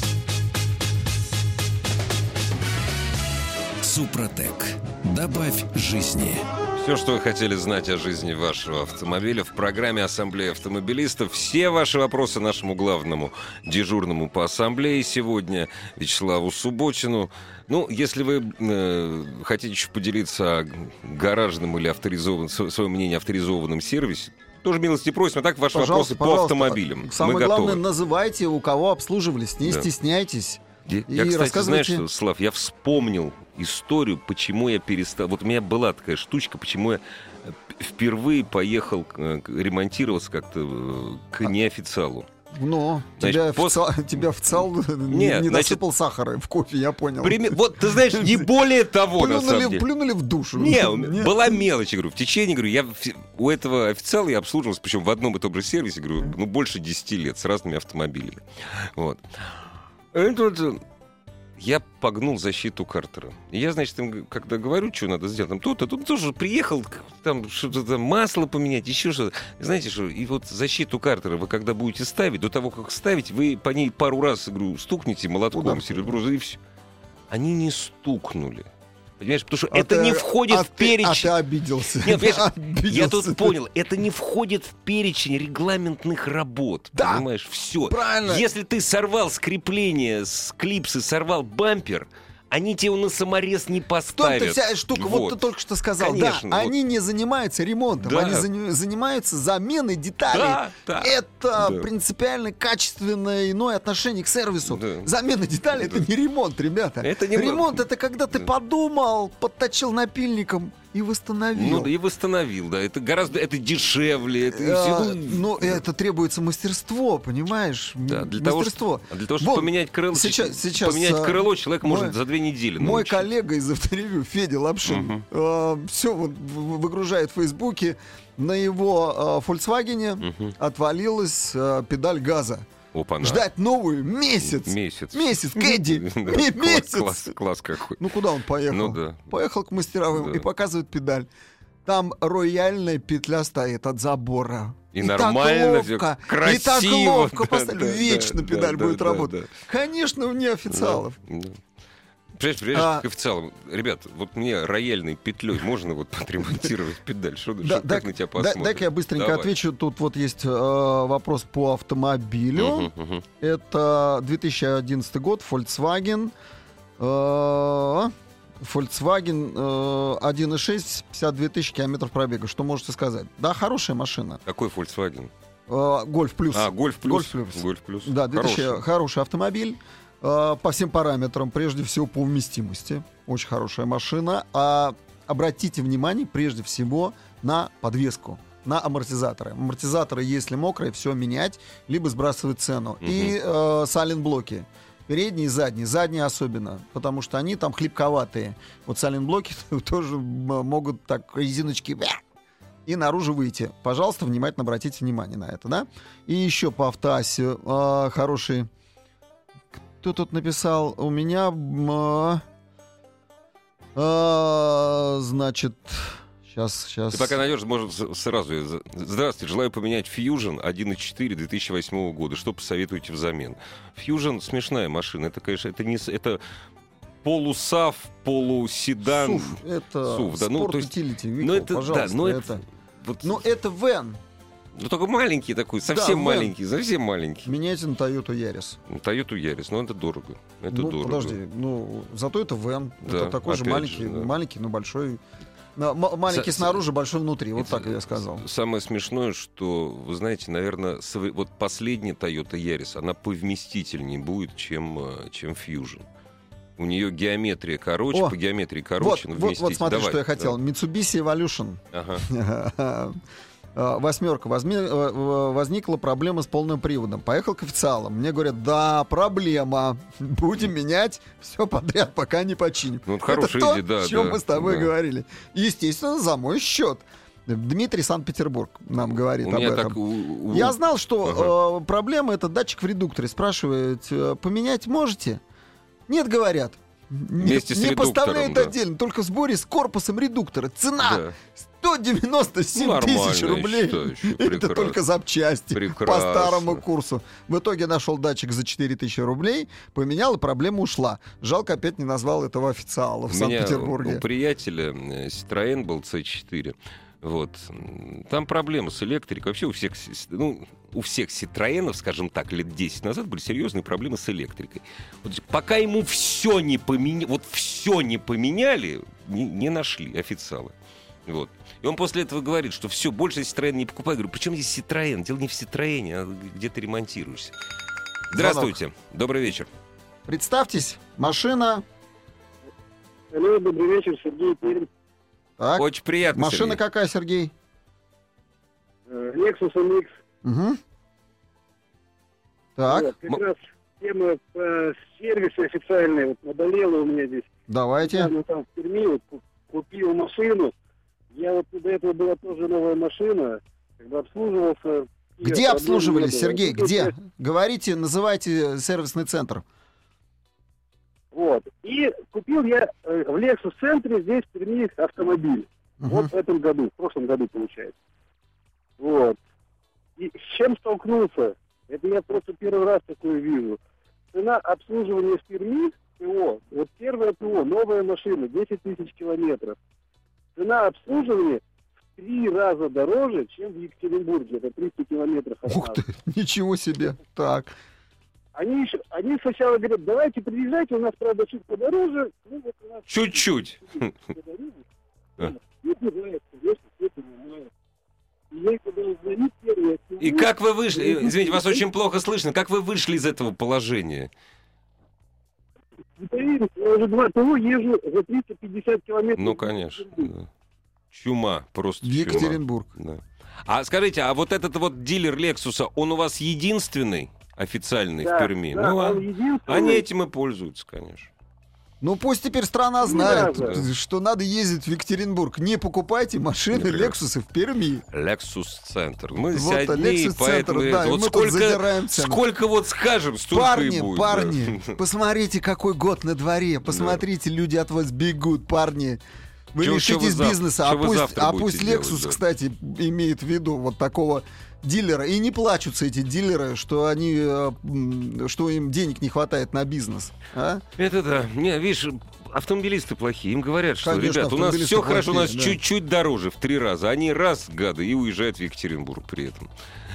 A: Супротек. Добавь жизни.
B: Все, что вы хотели знать о жизни вашего автомобиля в программе «Ассамблея автомобилистов». Все ваши вопросы нашему главному дежурному по ассамблее сегодня, Вячеславу Субботину. Ну, если вы э, хотите еще поделиться о гаражном или авторизованном, свое мнение о авторизованном сервисе, тоже милости просим. А так ваши
C: Пожалуйста,
B: вопросы по
C: пожалуйста.
B: автомобилям.
C: Самое
B: Мы
C: главное,
B: готовы.
C: называйте, у кого обслуживались, не
B: Да.
C: стесняйтесь.
B: Я,
C: И
B: я, кстати,
C: рассказывайте.
B: знаешь, что, Слав, я вспомнил историю, почему я перестал... Вот у меня была такая штучка, почему я впервые поехал э, ремонтироваться как-то э, к неофициалу.
C: Но
B: Значит,
C: тебя,
B: пос-
C: официал, тебя официал не,
B: Нет,
C: не
B: значит-
C: насыпал сахара в кофе, я понял.
B: Прими- Вот, ты знаешь, не более того, на самом
C: Плюнули,
B: деле.
C: плюнули в душу.
B: Не, у
C: Нет.
B: меня была мелочь, я говорю, в течение, говорю, я в- у этого официала я обслуживался, причем в одном и том же сервисе, говорю, ну, больше десяти лет с разными автомобилями. Вот. Это вот, я погнул защиту Картера. И я, значит, им, когда говорю, что надо сделать, там то-то, тут тоже приехал, там что-то там, масло поменять, еще что-то. Знаете что, и вот защиту Картера вы когда будете ставить, до того, как ставить, вы по ней пару раз, говорю, стукните молотком,
C: Удар.
B: сереброза, и все. Они не стукнули. Понимаешь, потому что
C: А
B: это
C: ты-
B: не входит
C: а
B: в
C: ты-
B: перечень.
C: А ты обиделся.
B: Нет, понимаешь, я
C: Обиделся
B: тут
C: ты.
B: понял, это не входит в перечень регламентных работ.
C: Да.
B: Понимаешь, все.
C: Правильно.
B: Если ты сорвал скрепление с клипсы, сорвал бампер, они тебе его на саморез не
C: В том-то
B: поставят.
C: вся штука, вот. ты только что сказал.
B: Конечно,
C: да,
B: вот.
C: они не занимаются ремонтом,
B: Да.
C: они зани- занимаются заменой деталей.
B: Да, да,
C: Это
B: да.
C: принципиально качественное иное отношение к сервису.
B: Да.
C: Замена деталей это не ремонт, ребята.
B: Это не
C: ремонт это когда ты
B: Да.
C: подумал, подточил напильником и восстановил.
B: Ну, да, и восстановил, да. Это гораздо это дешевле. Это и
C: А,
B: всё, ну,
C: ну, это требуется мастерство, понимаешь?
B: да, для того,
C: мастерство.
B: что- а для того, чтобы
C: Вон,
B: поменять крыло,
C: сейчас- сейчас,
B: поменять
C: а,
B: крыло человек
C: мой-
B: может за две недели
C: Мой
B: научиться.
C: коллега из авторевью Федя Лапшин
B: Мгм.
C: все вот в- выгружает в Фейсбуке. На его э, Volkswagen
B: Мгм.
C: отвалилась э, педаль газа.
B: Опа-на.
C: Ждать новую месяц.
B: Месяц.
C: Месяц, Кэдди.
B: Да,
C: Ме-
B: класс,
C: месяц.
B: Класс, класс какой.
C: Ну куда он поехал?
B: Ну да.
C: Поехал к мастеровым
B: Да.
C: и показывает педаль. Там рояльная петля стоит от забора.
B: И
C: так
B: нормально, всё
C: ловко,
B: красиво.
C: И так ловко
B: Да,
C: поставили.
B: да,
C: Вечно
B: да,
C: педаль
B: да,
C: будет
B: да,
C: работать.
B: да.
C: Конечно, у неофициалов.
B: Да, да. Понимаешь, понимаешь,
C: А-
B: к официалам. Ребят, вот мне рояльной петлей можно вот подремонтировать педаль? Что,
C: Да,
B: что-
C: дай-
B: как на тебя
C: дай-
B: посмотрят?
C: Дай-ка я быстренько
B: Давай.
C: отвечу. Тут вот есть э, вопрос по автомобилю.
B: Мгм, мгм.
C: Это две тысячи одиннадцатый год, Volkswagen. Э, Volkswagen э, один и шесть, пятьдесят две тысячи километров пробега. Что можете сказать? Да, хорошая машина.
B: Какой Volkswagen?
C: Э, Гольф плюс.
B: А, Гольф плюс.
C: Гольф плюс.
B: Гольф плюс.
C: Да, две тысячи
B: Хороший.
C: хороший автомобиль. э, по всем параметрам, прежде всего по вместимости. Очень хорошая машина. А обратите внимание прежде всего на подвеску, на амортизаторы. Амортизаторы, если мокрые, все менять, либо сбрасывать цену.
B: Мгм.
C: И э, сайлент-блоки. Передние и задние. Задние особенно, потому что они там хлипковатые. Вот сайлент-блоки тоже м- могут так резиночки бя, и наружу выйти. Пожалуйста, внимательно обратите внимание на это, да? И еще по автоассе э, хороший... Кто тут написал? У меня... м, э, э, значит... Сейчас, сейчас...
B: Ты пока найдешь, может, с- сразу. я за- Здравствуйте, желаю поменять Fusion один и четыре две тысячи восьмого года. Что посоветуете взамен? Fusion смешная машина. Это, конечно, это не... с- Это полусав, полуседан.
C: СУВ. Это
B: СУВ, да, ну,
C: спорт
B: то есть-
C: утилити
B: Ну, это, да,
C: пожалуйста.
B: но
C: это...
B: это... Вот,
C: Ну, это вен.
B: ну, только маленький такой, совсем
C: вен.
B: маленький, совсем маленький.
C: Меняйте на Toyota Yaris.
B: Ну, Toyota Yaris, но это дорого. Это
C: ну,
B: дорого.
C: подожди, ну, зато это вен.
B: Да,
C: это такой же
B: опять
C: маленький,
B: же, да.
C: маленький, но большой. На- м- маленький
B: С-
C: снаружи, большой внутри. Вот
B: Это
C: так я сказал.
B: Самое смешное, что, вы знаете, наверное, сов- вот последняя Toyota Yaris, она повместительнее будет, чем, э, чем Fusion. У нее геометрия короче,
C: О!
B: по геометрии
C: Вот,
B: короче, но
C: вот, вот
B: вместитель.
C: смотри,
B: Давай,
C: что я хотел.
B: да.
C: Mitsubishi Evolution.
B: Ага.
C: э, восьмерка, возми, э, возникла проблема с полным приводом. Поехал к официалам. Мне говорят, да, проблема. Будем менять все подряд, пока не починим.
B: Ну, это
C: это
B: хорошая
C: то,
B: идея, да,
C: о чем
B: да,
C: мы с тобой
B: да.
C: говорили. Естественно, за мой счет. Дмитрий, Санкт-Петербург, нам говорит
B: У
C: об
B: меня
C: этом.
B: так... у- у-
C: Я знал, что
B: Ага.
C: э, проблема — это датчик в редукторе. Спрашивают, э, поменять можете? Нет, говорят. Не,
B: Вместе с
C: не
B: редуктором,
C: поставляют
B: да.
C: отдельно, только в сборе с корпусом редуктора. Цена
B: Да.
C: сто девяносто семь
B: Ну, нормально,
C: тысяч
B: я
C: рублей.
B: считаю, еще
C: Это
B: прекрасно.
C: только запчасти по
B: Прекрасно.
C: старому курсу. В итоге нашел датчик за четыре тысячи рублей, поменял, и проблема ушла. Жалко, опять не назвал этого официала в
B: У меня
C: Санкт-Петербурге.
B: у приятеля э, Citroёn был си четыре. Вот. Там проблемы с электрикой. Вообще у всех, с- ну, у всех Citroёнов, скажем так, лет десять назад были серьезные проблемы с электрикой. Вот пока ему все не поменяли, вот все не поменяли, не, не нашли официалы. Вот. И он после этого говорит, что все, больше Citroёn не покупай. Я говорю, причем здесь Citroёn? Дело не в Citroёn, а где ты ремонтируешься. Здравствуйте. Добрый вечер.
C: Представьтесь, машина.
F: Алло, добрый вечер, Сергей Пермь.
C: Так,
B: Очень приятно,
C: машина
B: Сергей.
C: какая, Сергей?
F: Э, Lexus эм икс.
C: Угу. Так,
F: Вот, как
B: м-
F: раз тема по сервису официальной вот наболела у меня здесь.
C: давайте.
F: Я ну, там в Перми вот, ку- купил машину. Я вот до этого была тоже новая машина, как бы обслуживался. и
C: Где
F: проблем
C: обслуживались,
F: не было.
C: Сергей?
F: Тут
C: Где?
F: вот,
C: Говорите, называйте сервисный центр.
F: Вот. И купил я э, в Lexus центре здесь в Перми автомобиль.
C: Мгм.
F: Вот в этом году, в прошлом году получается. Вот. И с чем столкнулся? Это я просто первый раз такое вижу. Цена обслуживания в Перми, ТО, вот первое ТО, новая машина, десять тысяч километров. Цена обслуживания в три раза дороже, чем в Екатеринбурге. Это триста километров от
C: Ух
F: нас.
C: ты, ничего себе. Так.
F: Они, еще, они сначала говорят, давайте приезжайте, у нас, правда, чуть подороже. Ну, вот у нас
B: Чуть-чуть. А.
F: не бывает, конечно, это не знаю. И я когда звоню первый, я
B: И как вы вышли, э, извините, вас очень плохо слышно, как вы вышли из этого положения?
F: Вы поверите, я уже два ТО езжу за триста пятьдесят километров.
B: Ну, конечно. да. Чума, просто
C: В
B: чума.
C: Екатеринбург.
B: Да. А скажите, а вот этот вот дилер Лексуса, он у вас единственный официальный
F: Да,
B: в Перми?
F: да,
B: ну, а
F: он единственный.
B: они этим и пользуются, конечно.
C: Ну пусть теперь страна знает,
F: раза.
C: что надо ездить в Екатеринбург. Не покупайте машины
B: Например.
C: Лексусы в Перми.
B: Lexus Центр. Мы
C: Вот,
B: здесь одни,
C: Lexus
B: поэтому...
C: Center, да, и
B: вот
C: мы тут
B: сколько,
C: задираем цену.
B: сколько вот скажем, столько
C: Парни,
B: и будет.
C: парни,
B: да.
C: посмотрите, какой год на дворе. Посмотрите, люди от вас бегут, парни. Вы
B: Чё- чё
C: лишитесь
B: вы зав-
C: бизнеса,
B: чё
C: а
B: вы
C: пусть,
B: завтра
C: а
B: будете
C: пусть
B: делать,
C: Lexus,
B: да?
C: кстати, имеет в виду вот такого дилера. И не плачутся эти дилеры, что они, э, м, что им денег не хватает на бизнес. А?
B: Это да. Не, видишь, автомобилисты плохие. Им говорят, что,
C: Конечно,
B: ребят, у нас
C: автомобилисты
B: все хорошо, у нас
C: плохие, да.
B: чуть-чуть дороже в три раза. Они раз, гады, и уезжают в Екатеринбург при этом.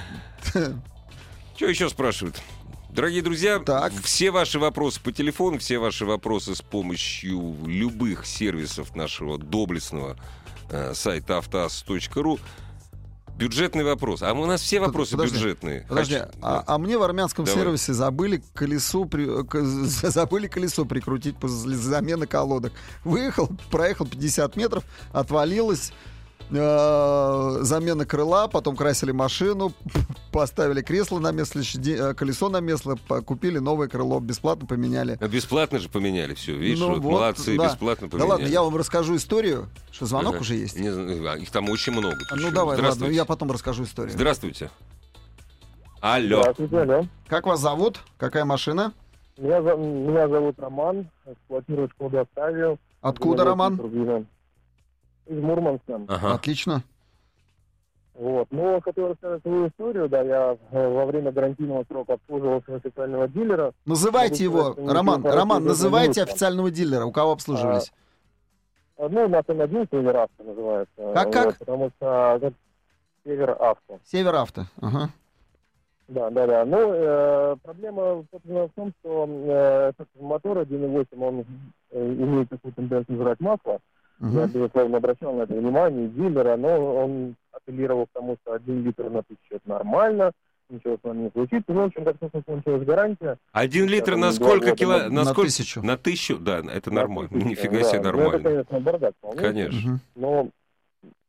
B: Что еще спрашивают? Дорогие друзья,
C: Так.
B: все ваши вопросы по телефону, все ваши вопросы с помощью любых сервисов нашего доблестного э, сайта автоаз точка ру. Бюджетный вопрос. А у нас все вопросы
C: Подожди,
B: бюджетные.
C: Подожди,
B: Хочу-
C: а, а мне в армянском
B: Давай.
C: сервисе забыли колесо, при- к- забыли колесо прикрутить после замены колодок. Выехал, проехал пятьдесят метров, отвалилось, э, замена крыла, потом красили машину, поставили кресло на место, следующий день, э, колесо на место, по- купили новое крыло, бесплатно поменяли.
B: А бесплатно же поменяли все. Видишь,
C: Ну
B: вот,
C: вот,
B: молодцы,
C: да.
B: бесплатно
C: Да
B: поменяли.
C: ладно, я вам расскажу историю, что звонок
B: Ага.
C: уже есть.
B: Не знаю, а их там очень много.
C: А, Ну
B: Почему?
C: давай, ладно,
B: Здравствуйте.
C: я потом расскажу историю.
B: Здравствуйте. Алло.
F: Здравствуйте, алло.
C: Как вас зовут? Какая машина?
F: Меня, за- меня зовут Роман, эксплуатирую Шкоду Октавию.
C: Откуда, Роман?
F: Из Мурманска.
B: Ага.
C: Отлично.
F: Вот. Но хотел рассказать свою историю. Да, я э, во время гарантийного срока обслуживался официального дилера.
C: Называйте
F: Могу
C: его,
F: сказать, что
C: Роман,
F: ничего
C: Роман,
F: хорошего
C: называйте
F: не было.
C: официального дилера, у кого обслуживались.
F: А, Ну, у нас эм один Север Авто называется.
C: Как, как?
F: Вот, потому что э, Север Авто.
C: Север Авто. Ага.
F: Да, да, да. Ну, э, проблема собственно, в том, что э, этот мотор один и восемь, он э, имеет такую тенденцию жрать масло. Я,
C: Мгм.
F: безусловно, обращал на это внимание и дилера, но он апеллировал к тому, что один литр на тысячу это нормально, ничего с вами не случится. Ну, в общем, как только кончилась гарантия.
B: Один литр на
F: Там
B: сколько
F: два года
B: кило?
F: на-
B: На,
C: на
B: сколько?
C: тысячу.
B: На тысячу? Да, это
F: на
B: нормально.
F: тысячу,
B: Нифига
F: да.
B: себе
F: Ну, это,
B: нормально.
F: конечно, бардак вполне.
B: Конечно.
C: Мгм.
F: Но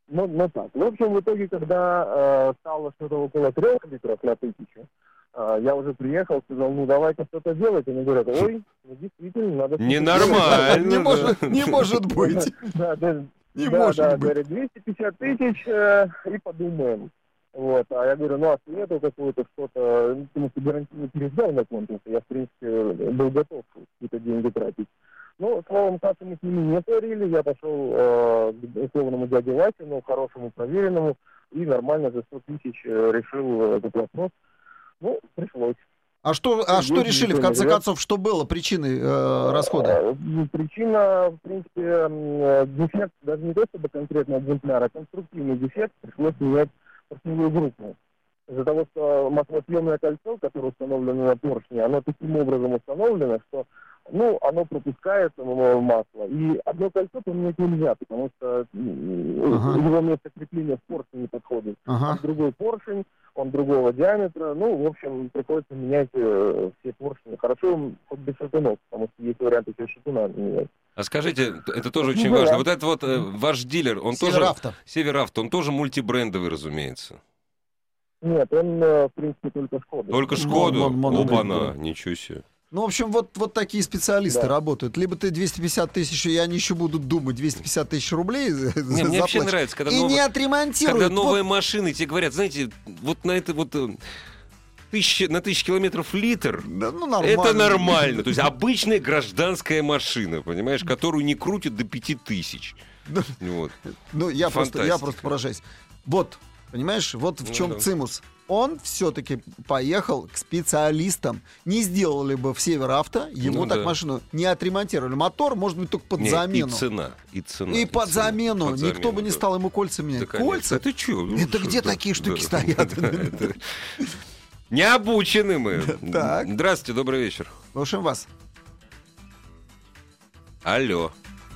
F: Ну, ну так. В общем, в итоге, когда э, стало что-то около трех литров на тысячу, э, я уже приехал, сказал, ну давайте что-то делать. Они говорят, ой, ну действительно, надо...
B: Ненормально.
C: Не может, не может быть.
F: Да, да,
C: Не
F: да,
C: может
F: да,
C: быть.
F: говорят, двести пятьдесят тысяч э, и подумаем. Вот, а я говорю, ну а нету какого-то что-то, ну, потому что гарантийный пересдал на конкурсе, я, в принципе, был готов какие-то деньги тратить. Ну, словом, как мы с ними не творили, я пошел э, к условному дяде Васе, ну, хорошему, проверенному, и нормально за сто тысяч э, решил этот вопрос. Ну, пришлось.
C: А что, а что
F: Есть
C: решили, в
F: ничего
C: конце
F: не говорят.
C: концов, что было причиной э, расхода?
F: Э, Причина, в принципе, э, дефект, даже не то чтобы конкретно экземпляр, а конструктивный дефект, пришлось менять поршневую группу. Из-за того, что маслосъемное кольцо, которое установлено на поршне, оно таким образом установлено, что ну, оно пропускает э, масло. И одно кольцо поменять нельзя, потому что э,
C: Ага.
F: его место крепления в поршне не подходит.
C: Ага.
F: Он другой поршень, он другого диаметра. Ну, в общем, приходится менять э, все поршни. Хорошо, им хоть без шатунов, потому что есть вариант еще шатуна менять.
B: А скажите, это тоже очень
F: Ну, да.
B: важно. Вот этот вот э, ваш дилер, он тоже...
C: Северавто.
B: Северавто, он тоже мультибрендовый, разумеется.
F: Нет, он, э, в принципе, только Шкода.
B: Только
C: Мон-
B: Шкоду?
C: мон- мон-
B: Опа-на, ничего себе.
C: Ну, в общем, вот, вот такие специалисты
F: Да.
C: работают. Либо ты двести пятьдесят тысяч, и они еще будут думать, двести пятьдесят тысяч рублей за-
B: Не, мне вообще
C: заплатишь.
B: нравится, когда,
C: И
B: новые,
C: не отремонтируют.
B: когда новые
C: Вот.
B: машины тебе говорят, знаете, вот на это вот... э, Тысяча, на тысячу километров литр,
C: Да, ну, нормально.
B: это нормально. То есть обычная гражданская машина, понимаешь, которую не крутят до пяти тысяч. Вот.
C: Ну, я просто, я
B: Фантастика.
C: просто поражаюсь. Вот, понимаешь, вот в
B: Ну
C: чем
B: да.
C: цимус. Он все-таки поехал к специалистам. Не сделали бы в Северавто, ему
B: Ну
C: так
B: да.
C: машину не отремонтировали. Мотор, может быть, только под
B: Не,
C: замену.
B: И цена, и цена.
C: И под
B: цена.
C: замену.
B: Под
C: Никто бы
B: замену,
C: не
B: да.
C: стал ему кольца менять.
B: Да, конечно.
C: Кольца?
B: Это что?
C: Это где такие штуки стоят?
B: Не обучены мы.
C: Так.
B: Здравствуйте, добрый вечер.
C: Слушаем вас.
B: Алло.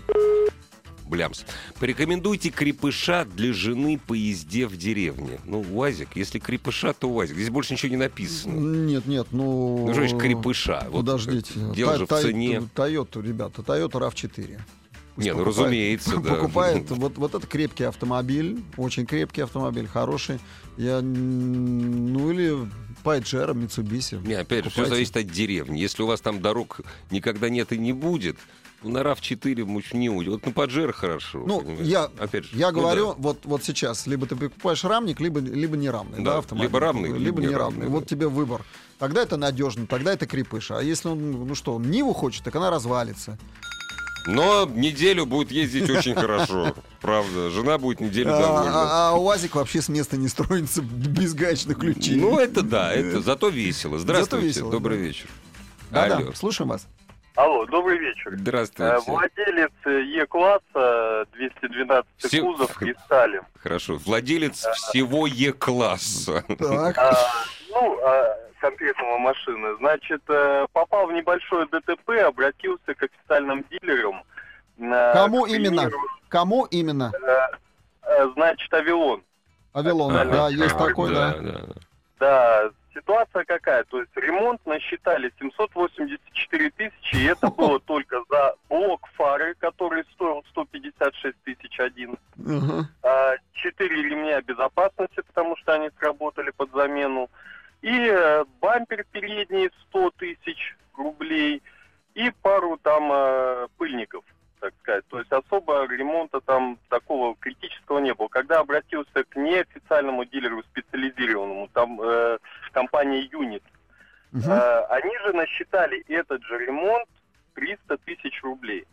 B: Блямс. Порекомендуйте крепыша для жены по езде в деревне. Ну, УАЗик. Если крепыша, то УАЗик. Здесь больше ничего не написано.
C: Нет, нет, ну...
B: Ну, что значит крепыша? Вот
C: Подождите.
B: дело же в цене.
C: Тойоту, ребята, Toyota рав четыре. Пусть
B: Не, ну,
C: покупает-
B: разумеется, да.
C: Покупает, вот, вот это крепкий автомобиль, очень крепкий автомобиль, хороший. Я, м, ну или Pajero, Mitsubishi.
B: Не, опять же, все
C: Покупайте.
B: зависит от деревни. Если у вас там дорог никогда нет и не будет, ну, на рав четыре муж не уйдет. Вот на Паджеро хорошо.
C: Ну,
B: понимаете?
C: я,
B: опять же,
C: я
B: ну
C: говорю,
B: да.
C: вот, вот сейчас, либо ты покупаешь рамник, либо, либо неравный, да,
B: Да,
C: автомобиль.
B: либо равный,
C: либо,
B: либо
C: неравный.
B: неравный,
C: Вот
B: да.
C: тебе выбор. Тогда это надежно, тогда это крепыш. А если он, ну что, он Ниву хочет, так она развалится.
B: Но неделю будет ездить очень хорошо. Правда. Жена будет неделю довольна.
C: А, а УАЗик вообще с места не строится без гаечных ключей.
B: Ну, это да, это зато весело. Здравствуйте,
C: весело,
B: добрый
C: да.
B: вечер.
C: Да-да,
B: Алло.
C: слушаем вас.
D: Алло, добрый вечер. Э,
B: Здравствуйте.
D: Владелец Е-класса, двести двенадцать
B: Все-
D: кузов, Кристалле.
B: Хорошо. Владелец всего Е-класса.
C: Так.
D: А, ну, а, конкретного машины. Значит, э, попал в небольшое ДТП, обратился к официальным дилерам. на,
C: Кому
D: к
C: именно?
D: примеру,
C: Кому именно?
D: э, значит, Авилон.
C: Авилон,
B: Ага,
C: да, есть
B: ага,
C: такой, да.
B: да, да.
D: Да, ситуация какая? То есть ремонт насчитали семьсот восемьдесят четыре тысячи, и это было только за блок фары, который стоил сто пятьдесят шесть тысяч один.
C: Ага.
D: а, четыре ремня безопасности, потому что они сработали под замену, и э, бампер передний сто тысяч рублей, и пару там э, пыльников, так сказать. То есть особо ремонта там такого критического не было. Когда обратился к неофициальному дилеру специализированному, там э, компания Юнит,
C: Мгм.
D: э, они же насчитали этот же ремонт триста тысяч рублей.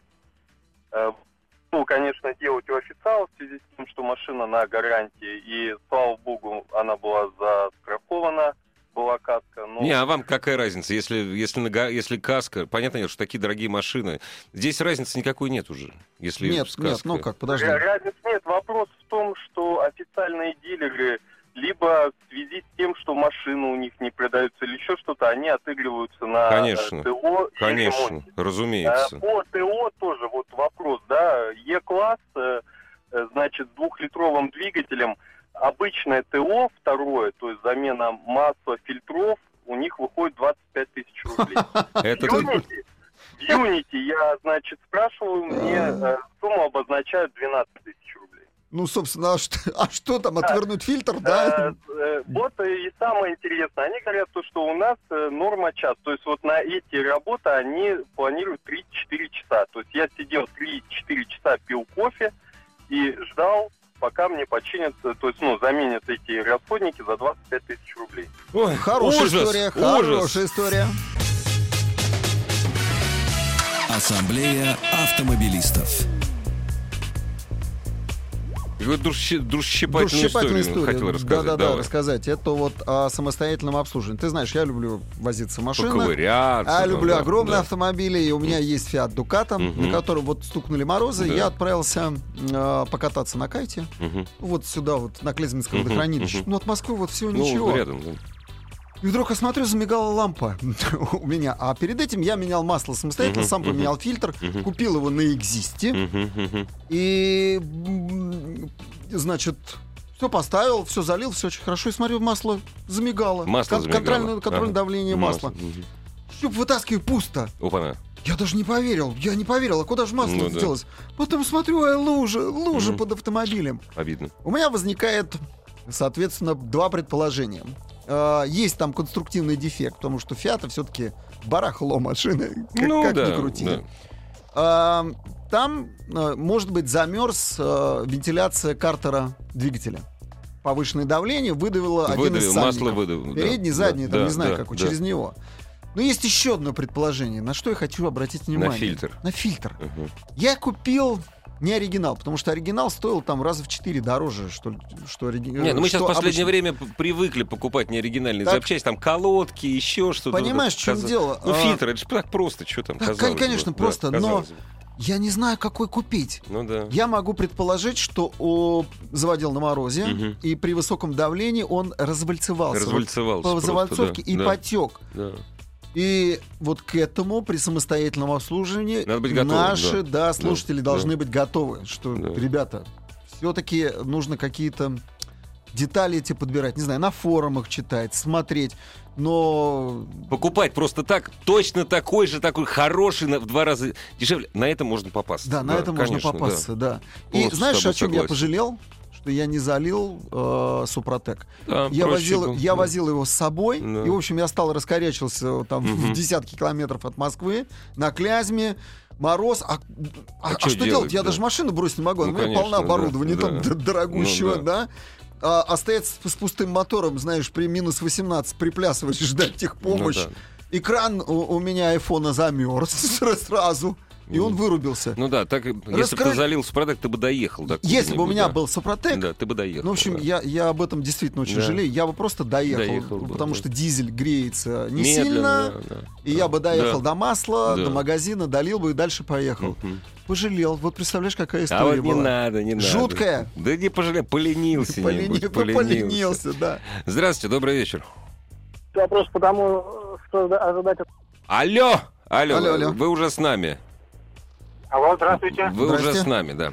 D: Э, Ну, конечно, делать у официала в связи с тем, что машина на гарантии, и, слава богу, она была застрахована, была каска. Но...
B: Не, а вам какая разница, если, если, на га- если каска, понятно, что такие дорогие машины, здесь разницы никакой нет уже, если
C: Нет,
B: с
C: нет,
B: каской.
C: ну как, подожди.
D: Ра- Разницы нет. Вопрос в том, что официальные дилеры либо в связи с тем, что машины у них не продаются или еще что-то, они отыгрываются на э,
B: Конечно,
D: ТО и
B: Конечно,
D: ремонте.
B: разумеется.
D: А, По ТО тоже вот вопрос, да, Е-класс, э, э, значит, с двухлитровым двигателем, обычное ТО второе, то есть замена масла, фильтров, у них выходит двадцать пять тысяч рублей.
B: Это
D: В Unity, в Unity я, значит, спрашиваю, мне э, сумму обозначают двенадцать тысяч рублей.
C: Ну, собственно, а что, а что там, отвернуть фильтр, да?
E: Вот и самое интересное, они говорят, что у нас норма час. То есть вот на эти работы они планируют три-четыре часа. То есть я сидел три-четыре часа, пил кофе и ждал, пока мне починят, то есть, ну, заменят эти расходники за двадцать пять тысяч рублей.
B: Ой,
C: Хорошая
B: ужас,
C: история,
B: ужас.
C: хорошая история.
A: Ассамблея автомобилистов.
B: Вы душщи- душщипательную
C: Душщипательную
B: историю
C: историю.
B: хотел рассказать.
C: Да-да-да,
B: Давай.
C: рассказать. Это вот о самостоятельном обслуживании. Ты знаешь, я люблю возиться в машинах.
B: Поковыряться.
C: А
B: да,
C: люблю
B: да,
C: огромные
B: да.
C: автомобили, и у меня есть Fiat Ducato,
B: Мгм.
C: на котором вот стукнули морозы,
B: Да.
C: я отправился э, покататься на кайте,
B: Мгм.
C: вот сюда, вот на Клязьминское
B: Мгм,
C: водохранилище.
B: мгм.
C: Ну, от Москвы вот всего
B: Ну,
C: ничего.
B: рядом. Да.
C: И вдруг я смотрю, замигала лампа у меня. А перед этим я менял масло самостоятельно,
B: Мгм,
C: сам
B: мгм.
C: поменял фильтр,
B: Мгм.
C: купил его на Экзисте.
B: Мгм, мгм.
C: И, м, значит, все поставил, все залил, все очень хорошо. И смотрю, масло замигало.
B: Масло
C: Кон-
B: замигало.
C: Контрольное, контрольное
B: Ага.
C: давление
B: Масло.
C: масла.
B: Мгм.
C: Щуп вытаскиваю, пусто.
B: Опа-на.
C: Я даже не поверил, я не поверил, а куда же масло
B: Ну да.
C: делось? Потом смотрю, а лужа, лужа
B: Мгм.
C: под автомобилем.
B: Обидно.
C: У меня возникает, соответственно, два предположения. Э, Есть там конструктивный дефект, потому что Фиата все-таки барахло машины, как,
B: Ну
C: как
B: да,
C: ни крути.
B: да.
C: А, Там, э, может быть, замерз э, вентиляция картера двигателя. Повышенное давление выдавило один из
B: Выдавил,
C: сальников.
B: масло выдавил. да,
C: Передний,
B: да,
C: задний, там
B: да,
C: не знаю
B: да,
C: какой,
B: да.
C: через него. Но есть еще одно предположение, на что я хочу обратить внимание.
B: На фильтр.
C: На фильтр.
B: Ага.
C: Я купил не оригинал, потому что оригинал стоил там раза в четыре дороже, что, что оригинал.
B: Не, ну мы сейчас в последнее время п- привыкли покупать неоригинальные
C: Так.
B: запчасти, там колодки, еще что-то.
C: Понимаешь, в чем
B: Каза-
C: дело?
B: Ну,
C: А,
B: фильтр, это же так просто, что там,
C: Да,
B: казалось бы.
C: конечно,
B: Да,
C: просто, но-
B: казалось бы.
C: Я не знаю, какой купить.
B: Ну да.
C: Я могу предположить, что о, заводил на морозе,
B: Мгм.
C: и при высоком давлении он развальцевался.
B: Развальцевался
C: Вот по
B: просто,
C: завальцовке
B: да,
C: и
B: да,
C: потек.
B: да.
C: И вот к этому при самостоятельном обслуживании
B: Надо быть готовым,
C: наши
B: да.
C: да, слушатели
B: Да,
C: должны
B: да.
C: быть готовы, что,
B: Да.
C: ребята, все-таки нужно какие-то детали эти подбирать, не знаю, на форумах читать, смотреть, но
B: Покупать просто так, точно такой же, такой хороший, на- в два раза дешевле. На это можно попасться.
C: да, на это можно
B: конечно,
C: попасться, да. И
B: Полностью с
C: знаешь,
B: тобой
C: о чем я
B: согласен.
C: пожалел? Что я не залил э, Супротек.
B: Да,
C: Я,
B: проще
C: возил,
B: было,
C: я
B: да.
C: возил его с собой,
B: Да.
C: и, в общем, я стал раскорячился там
B: Мгм.
C: в десятки километров от Москвы, на Клязьме, мороз. А, а-
B: А
C: а
B: чё
C: что
B: делать,
C: делать? Я
B: да.
C: даже машину бросить не могу,
B: Ну,
C: у меня
B: конечно,
C: полно
B: да,
C: оборудования,
B: да.
C: там д- дорогущего,
B: Ну,
C: да. А, а стоять с, с пустым мотором, знаешь, при минус восемнадцать приплясывать и ждать техпомощь.
B: Ну, да.
C: Экран у, у меня айфона замерз сразу, и он вырубился.
B: Ну да, так, и- если бы
C: Раскры-
B: ты залил Супротек, ты бы доехал. до
C: Если бы у
B: куда-нибудь,
C: меня
B: да.
C: был Супротек,
B: Да, ты бы доехал.
C: ну, в общем,
B: да.
C: я, я об этом действительно очень
B: Да.
C: жалею. Я бы просто доехал,
B: Доехал бы,
C: потому
B: да.
C: что дизель греется не
B: Медленно,
C: сильно,
B: да, да.
C: и я бы доехал
B: Да.
C: до масла,
B: Да.
C: до магазина, долил бы и дальше поехал.
B: Мгм.
C: Пожалел. Вот представляешь, какая
B: А
C: история
B: вот не
C: была.
B: надо, не надо.
C: Жуткая.
B: Да не пожалей, поленился.
C: Полени-
B: небудь,
C: Поленился, да.
B: Здравствуйте, добрый вечер.
F: Вопрос потому, что ожидать от...
B: Алло! Алло,
C: Алло, алло.
B: вы уже с нами.
D: Алло, здравствуйте.
B: Вы
C: Здрасте.
B: уже с нами, да.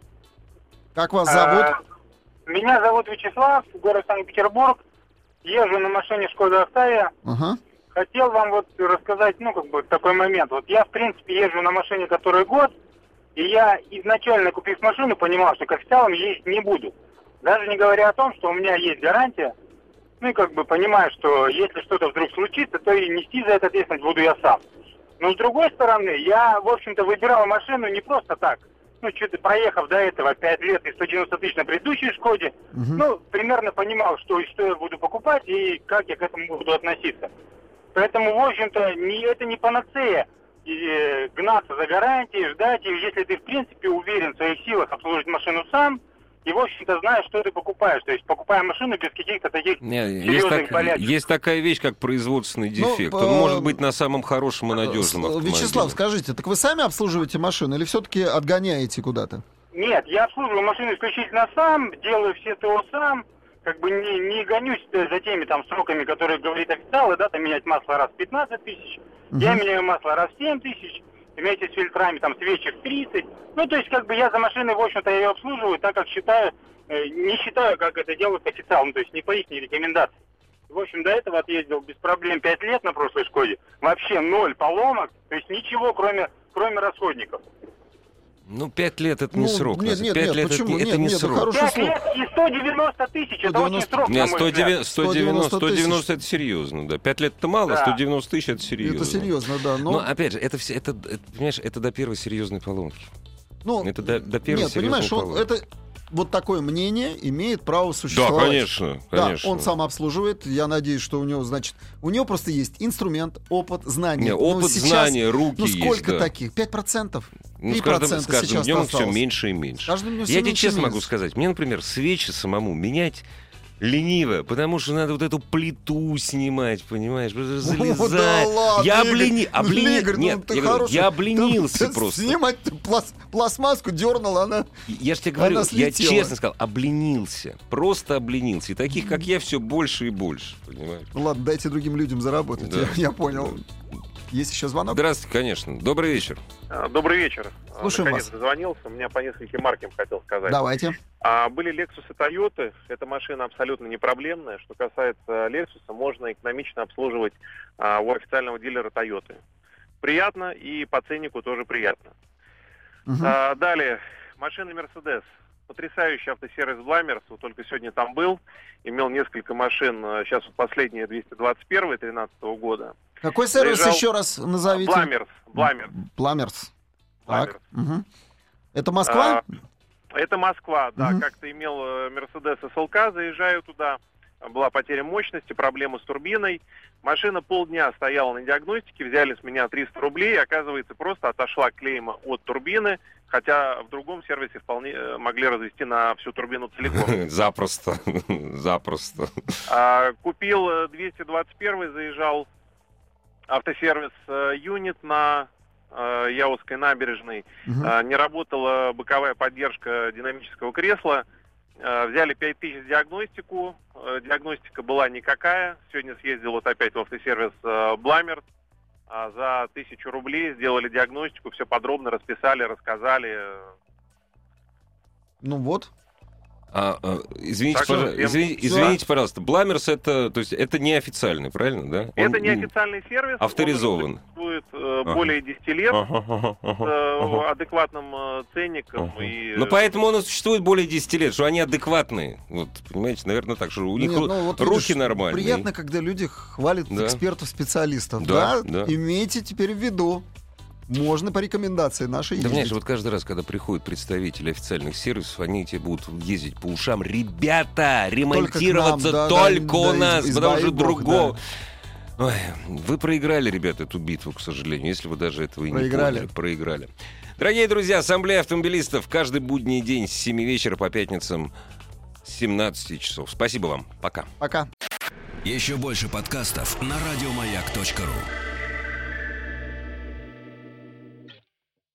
C: Как вас зовут?
D: А, Меня зовут Вячеслав, город Санкт-Петербург. Езжу на машине Шкода Октавия.
C: Ага.
D: Хотел вам вот рассказать, ну, как бы, такой момент. Вот я, в принципе, езжу на машине который год, и я изначально, купив машину, понимал, что к официалам ездить не буду. Даже не говоря о том, что у меня есть гарантия. Ну, и как бы понимаю, что если что-то вдруг случится, то и нести за это ответственность буду я сам. Но с другой стороны, я, в общем-то, выбирал машину не просто так. Ну, что-то проехав до этого пять лет и сто девяносто тысяч на предыдущей Шкоде,
C: Мгм.
D: ну, примерно понимал, что и что я буду покупать и как я к этому буду относиться. Поэтому, в общем-то, не, это не панацея и, э, гнаться за гарантией, ждать. И если ты, в принципе, уверен в своих силах обслужить машину сам, и, в общем-то, знаешь, что ты покупаешь. То есть, покупая машину без каких-то таких
B: Не, есть,
D: серьезных
B: так-
D: болячек.
B: есть такая вещь, как производственный дефект.
C: Ну,
B: Он
C: э,
B: может быть на самом хорошем и надежном
C: С-
B: автомобиле.
C: Вячеслав, скажите, так вы сами обслуживаете машину или все-таки отгоняете куда-то?
D: Нет, я обслуживаю машину исключительно сам, делаю все ТО сам, как бы не, не гонюсь за теми там сроками, которые говорит официалы, да, там менять масло раз в пятнадцать тысяч, я
C: Мгм.
D: меняю масло раз в семь тысяч, вместе с фильтрами там свечи в тридцать. Ну, то есть, как бы я за машиной, в общем-то, ее обслуживаю, так как считаю, э, не считаю, как это делают официалы, ну, то есть не по их рекомендации. В общем, до этого отъездил без проблем пять лет на прошлой Шкоде, вообще ноль поломок, то есть ничего, кроме, кроме расходников.
B: Ну, пять лет это не
C: Ну,
B: срок.
C: нет, нет,
B: пять
C: нет,
B: лет
C: почему?
B: это, это
C: Нет,
B: не
C: нет,
B: срок.
C: хороший
D: пять
C: срок.
D: лет и сто девяносто тысяч, это очень срок,
B: Не,
D: на мой
B: сто девяносто,
D: взгляд.
B: сто девяносто, сто девяносто
C: тысяч.
B: это серьезно, да. Пять лет это мало,
D: Да.
B: сто девяносто тысяч это серьезно.
C: Это серьезно, да. Но,
B: Но опять же, это все, это, это, понимаешь, это до первой серьезной поломки.
C: ну,
B: Это до, до первой
C: нет,
B: серьезной
C: понимаешь, он,
B: поломки.
C: это вот такое мнение имеет право
B: Да,
C: существовать.
B: конечно,
C: Да,
B: конечно.
C: он сам обслуживает. Я надеюсь, что у него, значит, у него просто есть инструмент, опыт, знания.
B: Не,
C: Ну,
B: опыт,
C: сейчас,
B: знания, руки
C: Ну, сколько
B: есть, да.
C: таких? пять процентов?
B: Ну, с
C: три
B: каждым,
C: процента
B: с каждым
C: сейчас
B: днем их все
C: осталось.
B: меньше и меньше.
C: С каждым днем всё
B: Я тебе
C: меньше и
B: честно могу
C: меньше.
B: сказать, мне, например, свечи самому менять лениво, потому что надо вот эту плиту снимать, понимаешь, залезать.
C: Да ладно,
B: я
C: Игорь,
B: облени...
C: ну,
B: облени...
C: Игорь, ну
B: Нет,
C: ты
B: я, говорю,
C: хороший.
B: я обленился
C: Там,
B: просто.
C: Снимать плас- пластмасску дернул, она...
B: Я же тебе говорю,
C: Она
B: я
C: слетела.
B: честно сказал, обленился. Просто обленился. И таких, как я, все больше и больше, понимаешь?
C: Ну ладно, дайте другим людям заработать.
B: Да.
C: Я, я понял. Есть еще звонок?
B: Здравствуйте, конечно. Добрый вечер.
G: Добрый вечер.
C: Слушаем
G: Наконец
C: вас.
G: дозвонился. У меня по нескольким маркам хотел сказать.
C: Давайте.
G: А, были Lexus и Toyota. Эта машина абсолютно не проблемная. Что касается Lexus, можно экономично обслуживать а, у официального дилера Toyota. Приятно и по ценнику тоже приятно.
C: Мгм.
G: А, далее. Машина Mercedes. Потрясающий автосервис Бламерс. Вот только сегодня там был. Имел несколько машин. Сейчас вот последняя двести двадцать один две тысячи тринадцатого года.
C: Какой сервис
G: Заезжал-
C: еще раз назовите?
G: Бламерс. Бламерс.
C: Пламерс. Так.
G: Бламерс.
C: Мгм. Это Москва?
G: А, Это Москва, да.
C: Мгм.
G: Как-то имел э, Mercedes эс эл ка, заезжаю туда. Была потеря мощности, проблемы с турбиной. Машина полдня стояла на диагностике, взяли с меня триста рублей. Оказывается, просто отошла клейма от турбины, хотя в другом сервисе вполне э, могли развести на всю турбину целиком.
B: Запросто. Запросто.
G: А, Купил э, двести двадцать один, заезжал автосервис э, Юнит на э, Яузской набережной.
C: Мгм.
G: А, Не работала боковая поддержка динамического кресла. А, Взяли пять тысяч диагностику. А, Диагностика была никакая. Сегодня съездил вот опять в автосервис а, Бламерс. А, За тысячу рублей сделали диагностику, все подробно расписали, рассказали.
C: Ну вот.
B: А, а, извините,
G: Так что
B: пожалуйста,
G: всем-
B: извини-
C: Всё.
B: извините, пожалуйста, Бламерс это, то есть это неофициальный, правильно, да?
G: Это
B: Он-
G: не официальный сервис.
B: авторизован.
G: Он существует э,
B: Ага.
G: более десяти лет.
B: Ага, ага,
G: С
B: ага,
G: э,
B: ага.
G: адекватным э, ценником.
B: Ага.
G: И,
B: Ну, поэтому он и существует более десяти лет, что они адекватные. Вот, понимаете, наверное, так, что у них
C: Нет,
B: ру-
C: ну, вот
B: руки
C: видишь,
B: нормальные.
C: Приятно, когда люди хвалят
B: Да.
C: экспертов-специалистов.
B: Да,
C: Да,
B: да.
C: имейте теперь в виду. Можно по рекомендации нашей
B: Да,
C: ездить.
B: понимаешь, вот каждый раз, когда приходят представители официальных сервисов, они тебе будут ездить по ушам. Ребята, ремонтироваться
C: нам, да,
B: только
C: да,
B: у
C: да,
B: нас,
C: из-
B: потому
C: избави
B: что
C: бог,
B: другого... Ой, вы проиграли, ребята, эту битву, к сожалению, если вы даже этого и не
C: Проиграли.
B: поняли. Проиграли. Дорогие друзья, Ассамблея автомобилистов каждый будний день с семи вечера по пятницам с семнадцати часов. Спасибо вам. Пока.
C: Пока.
A: Еще больше подкастов на радиомаяк точка ру.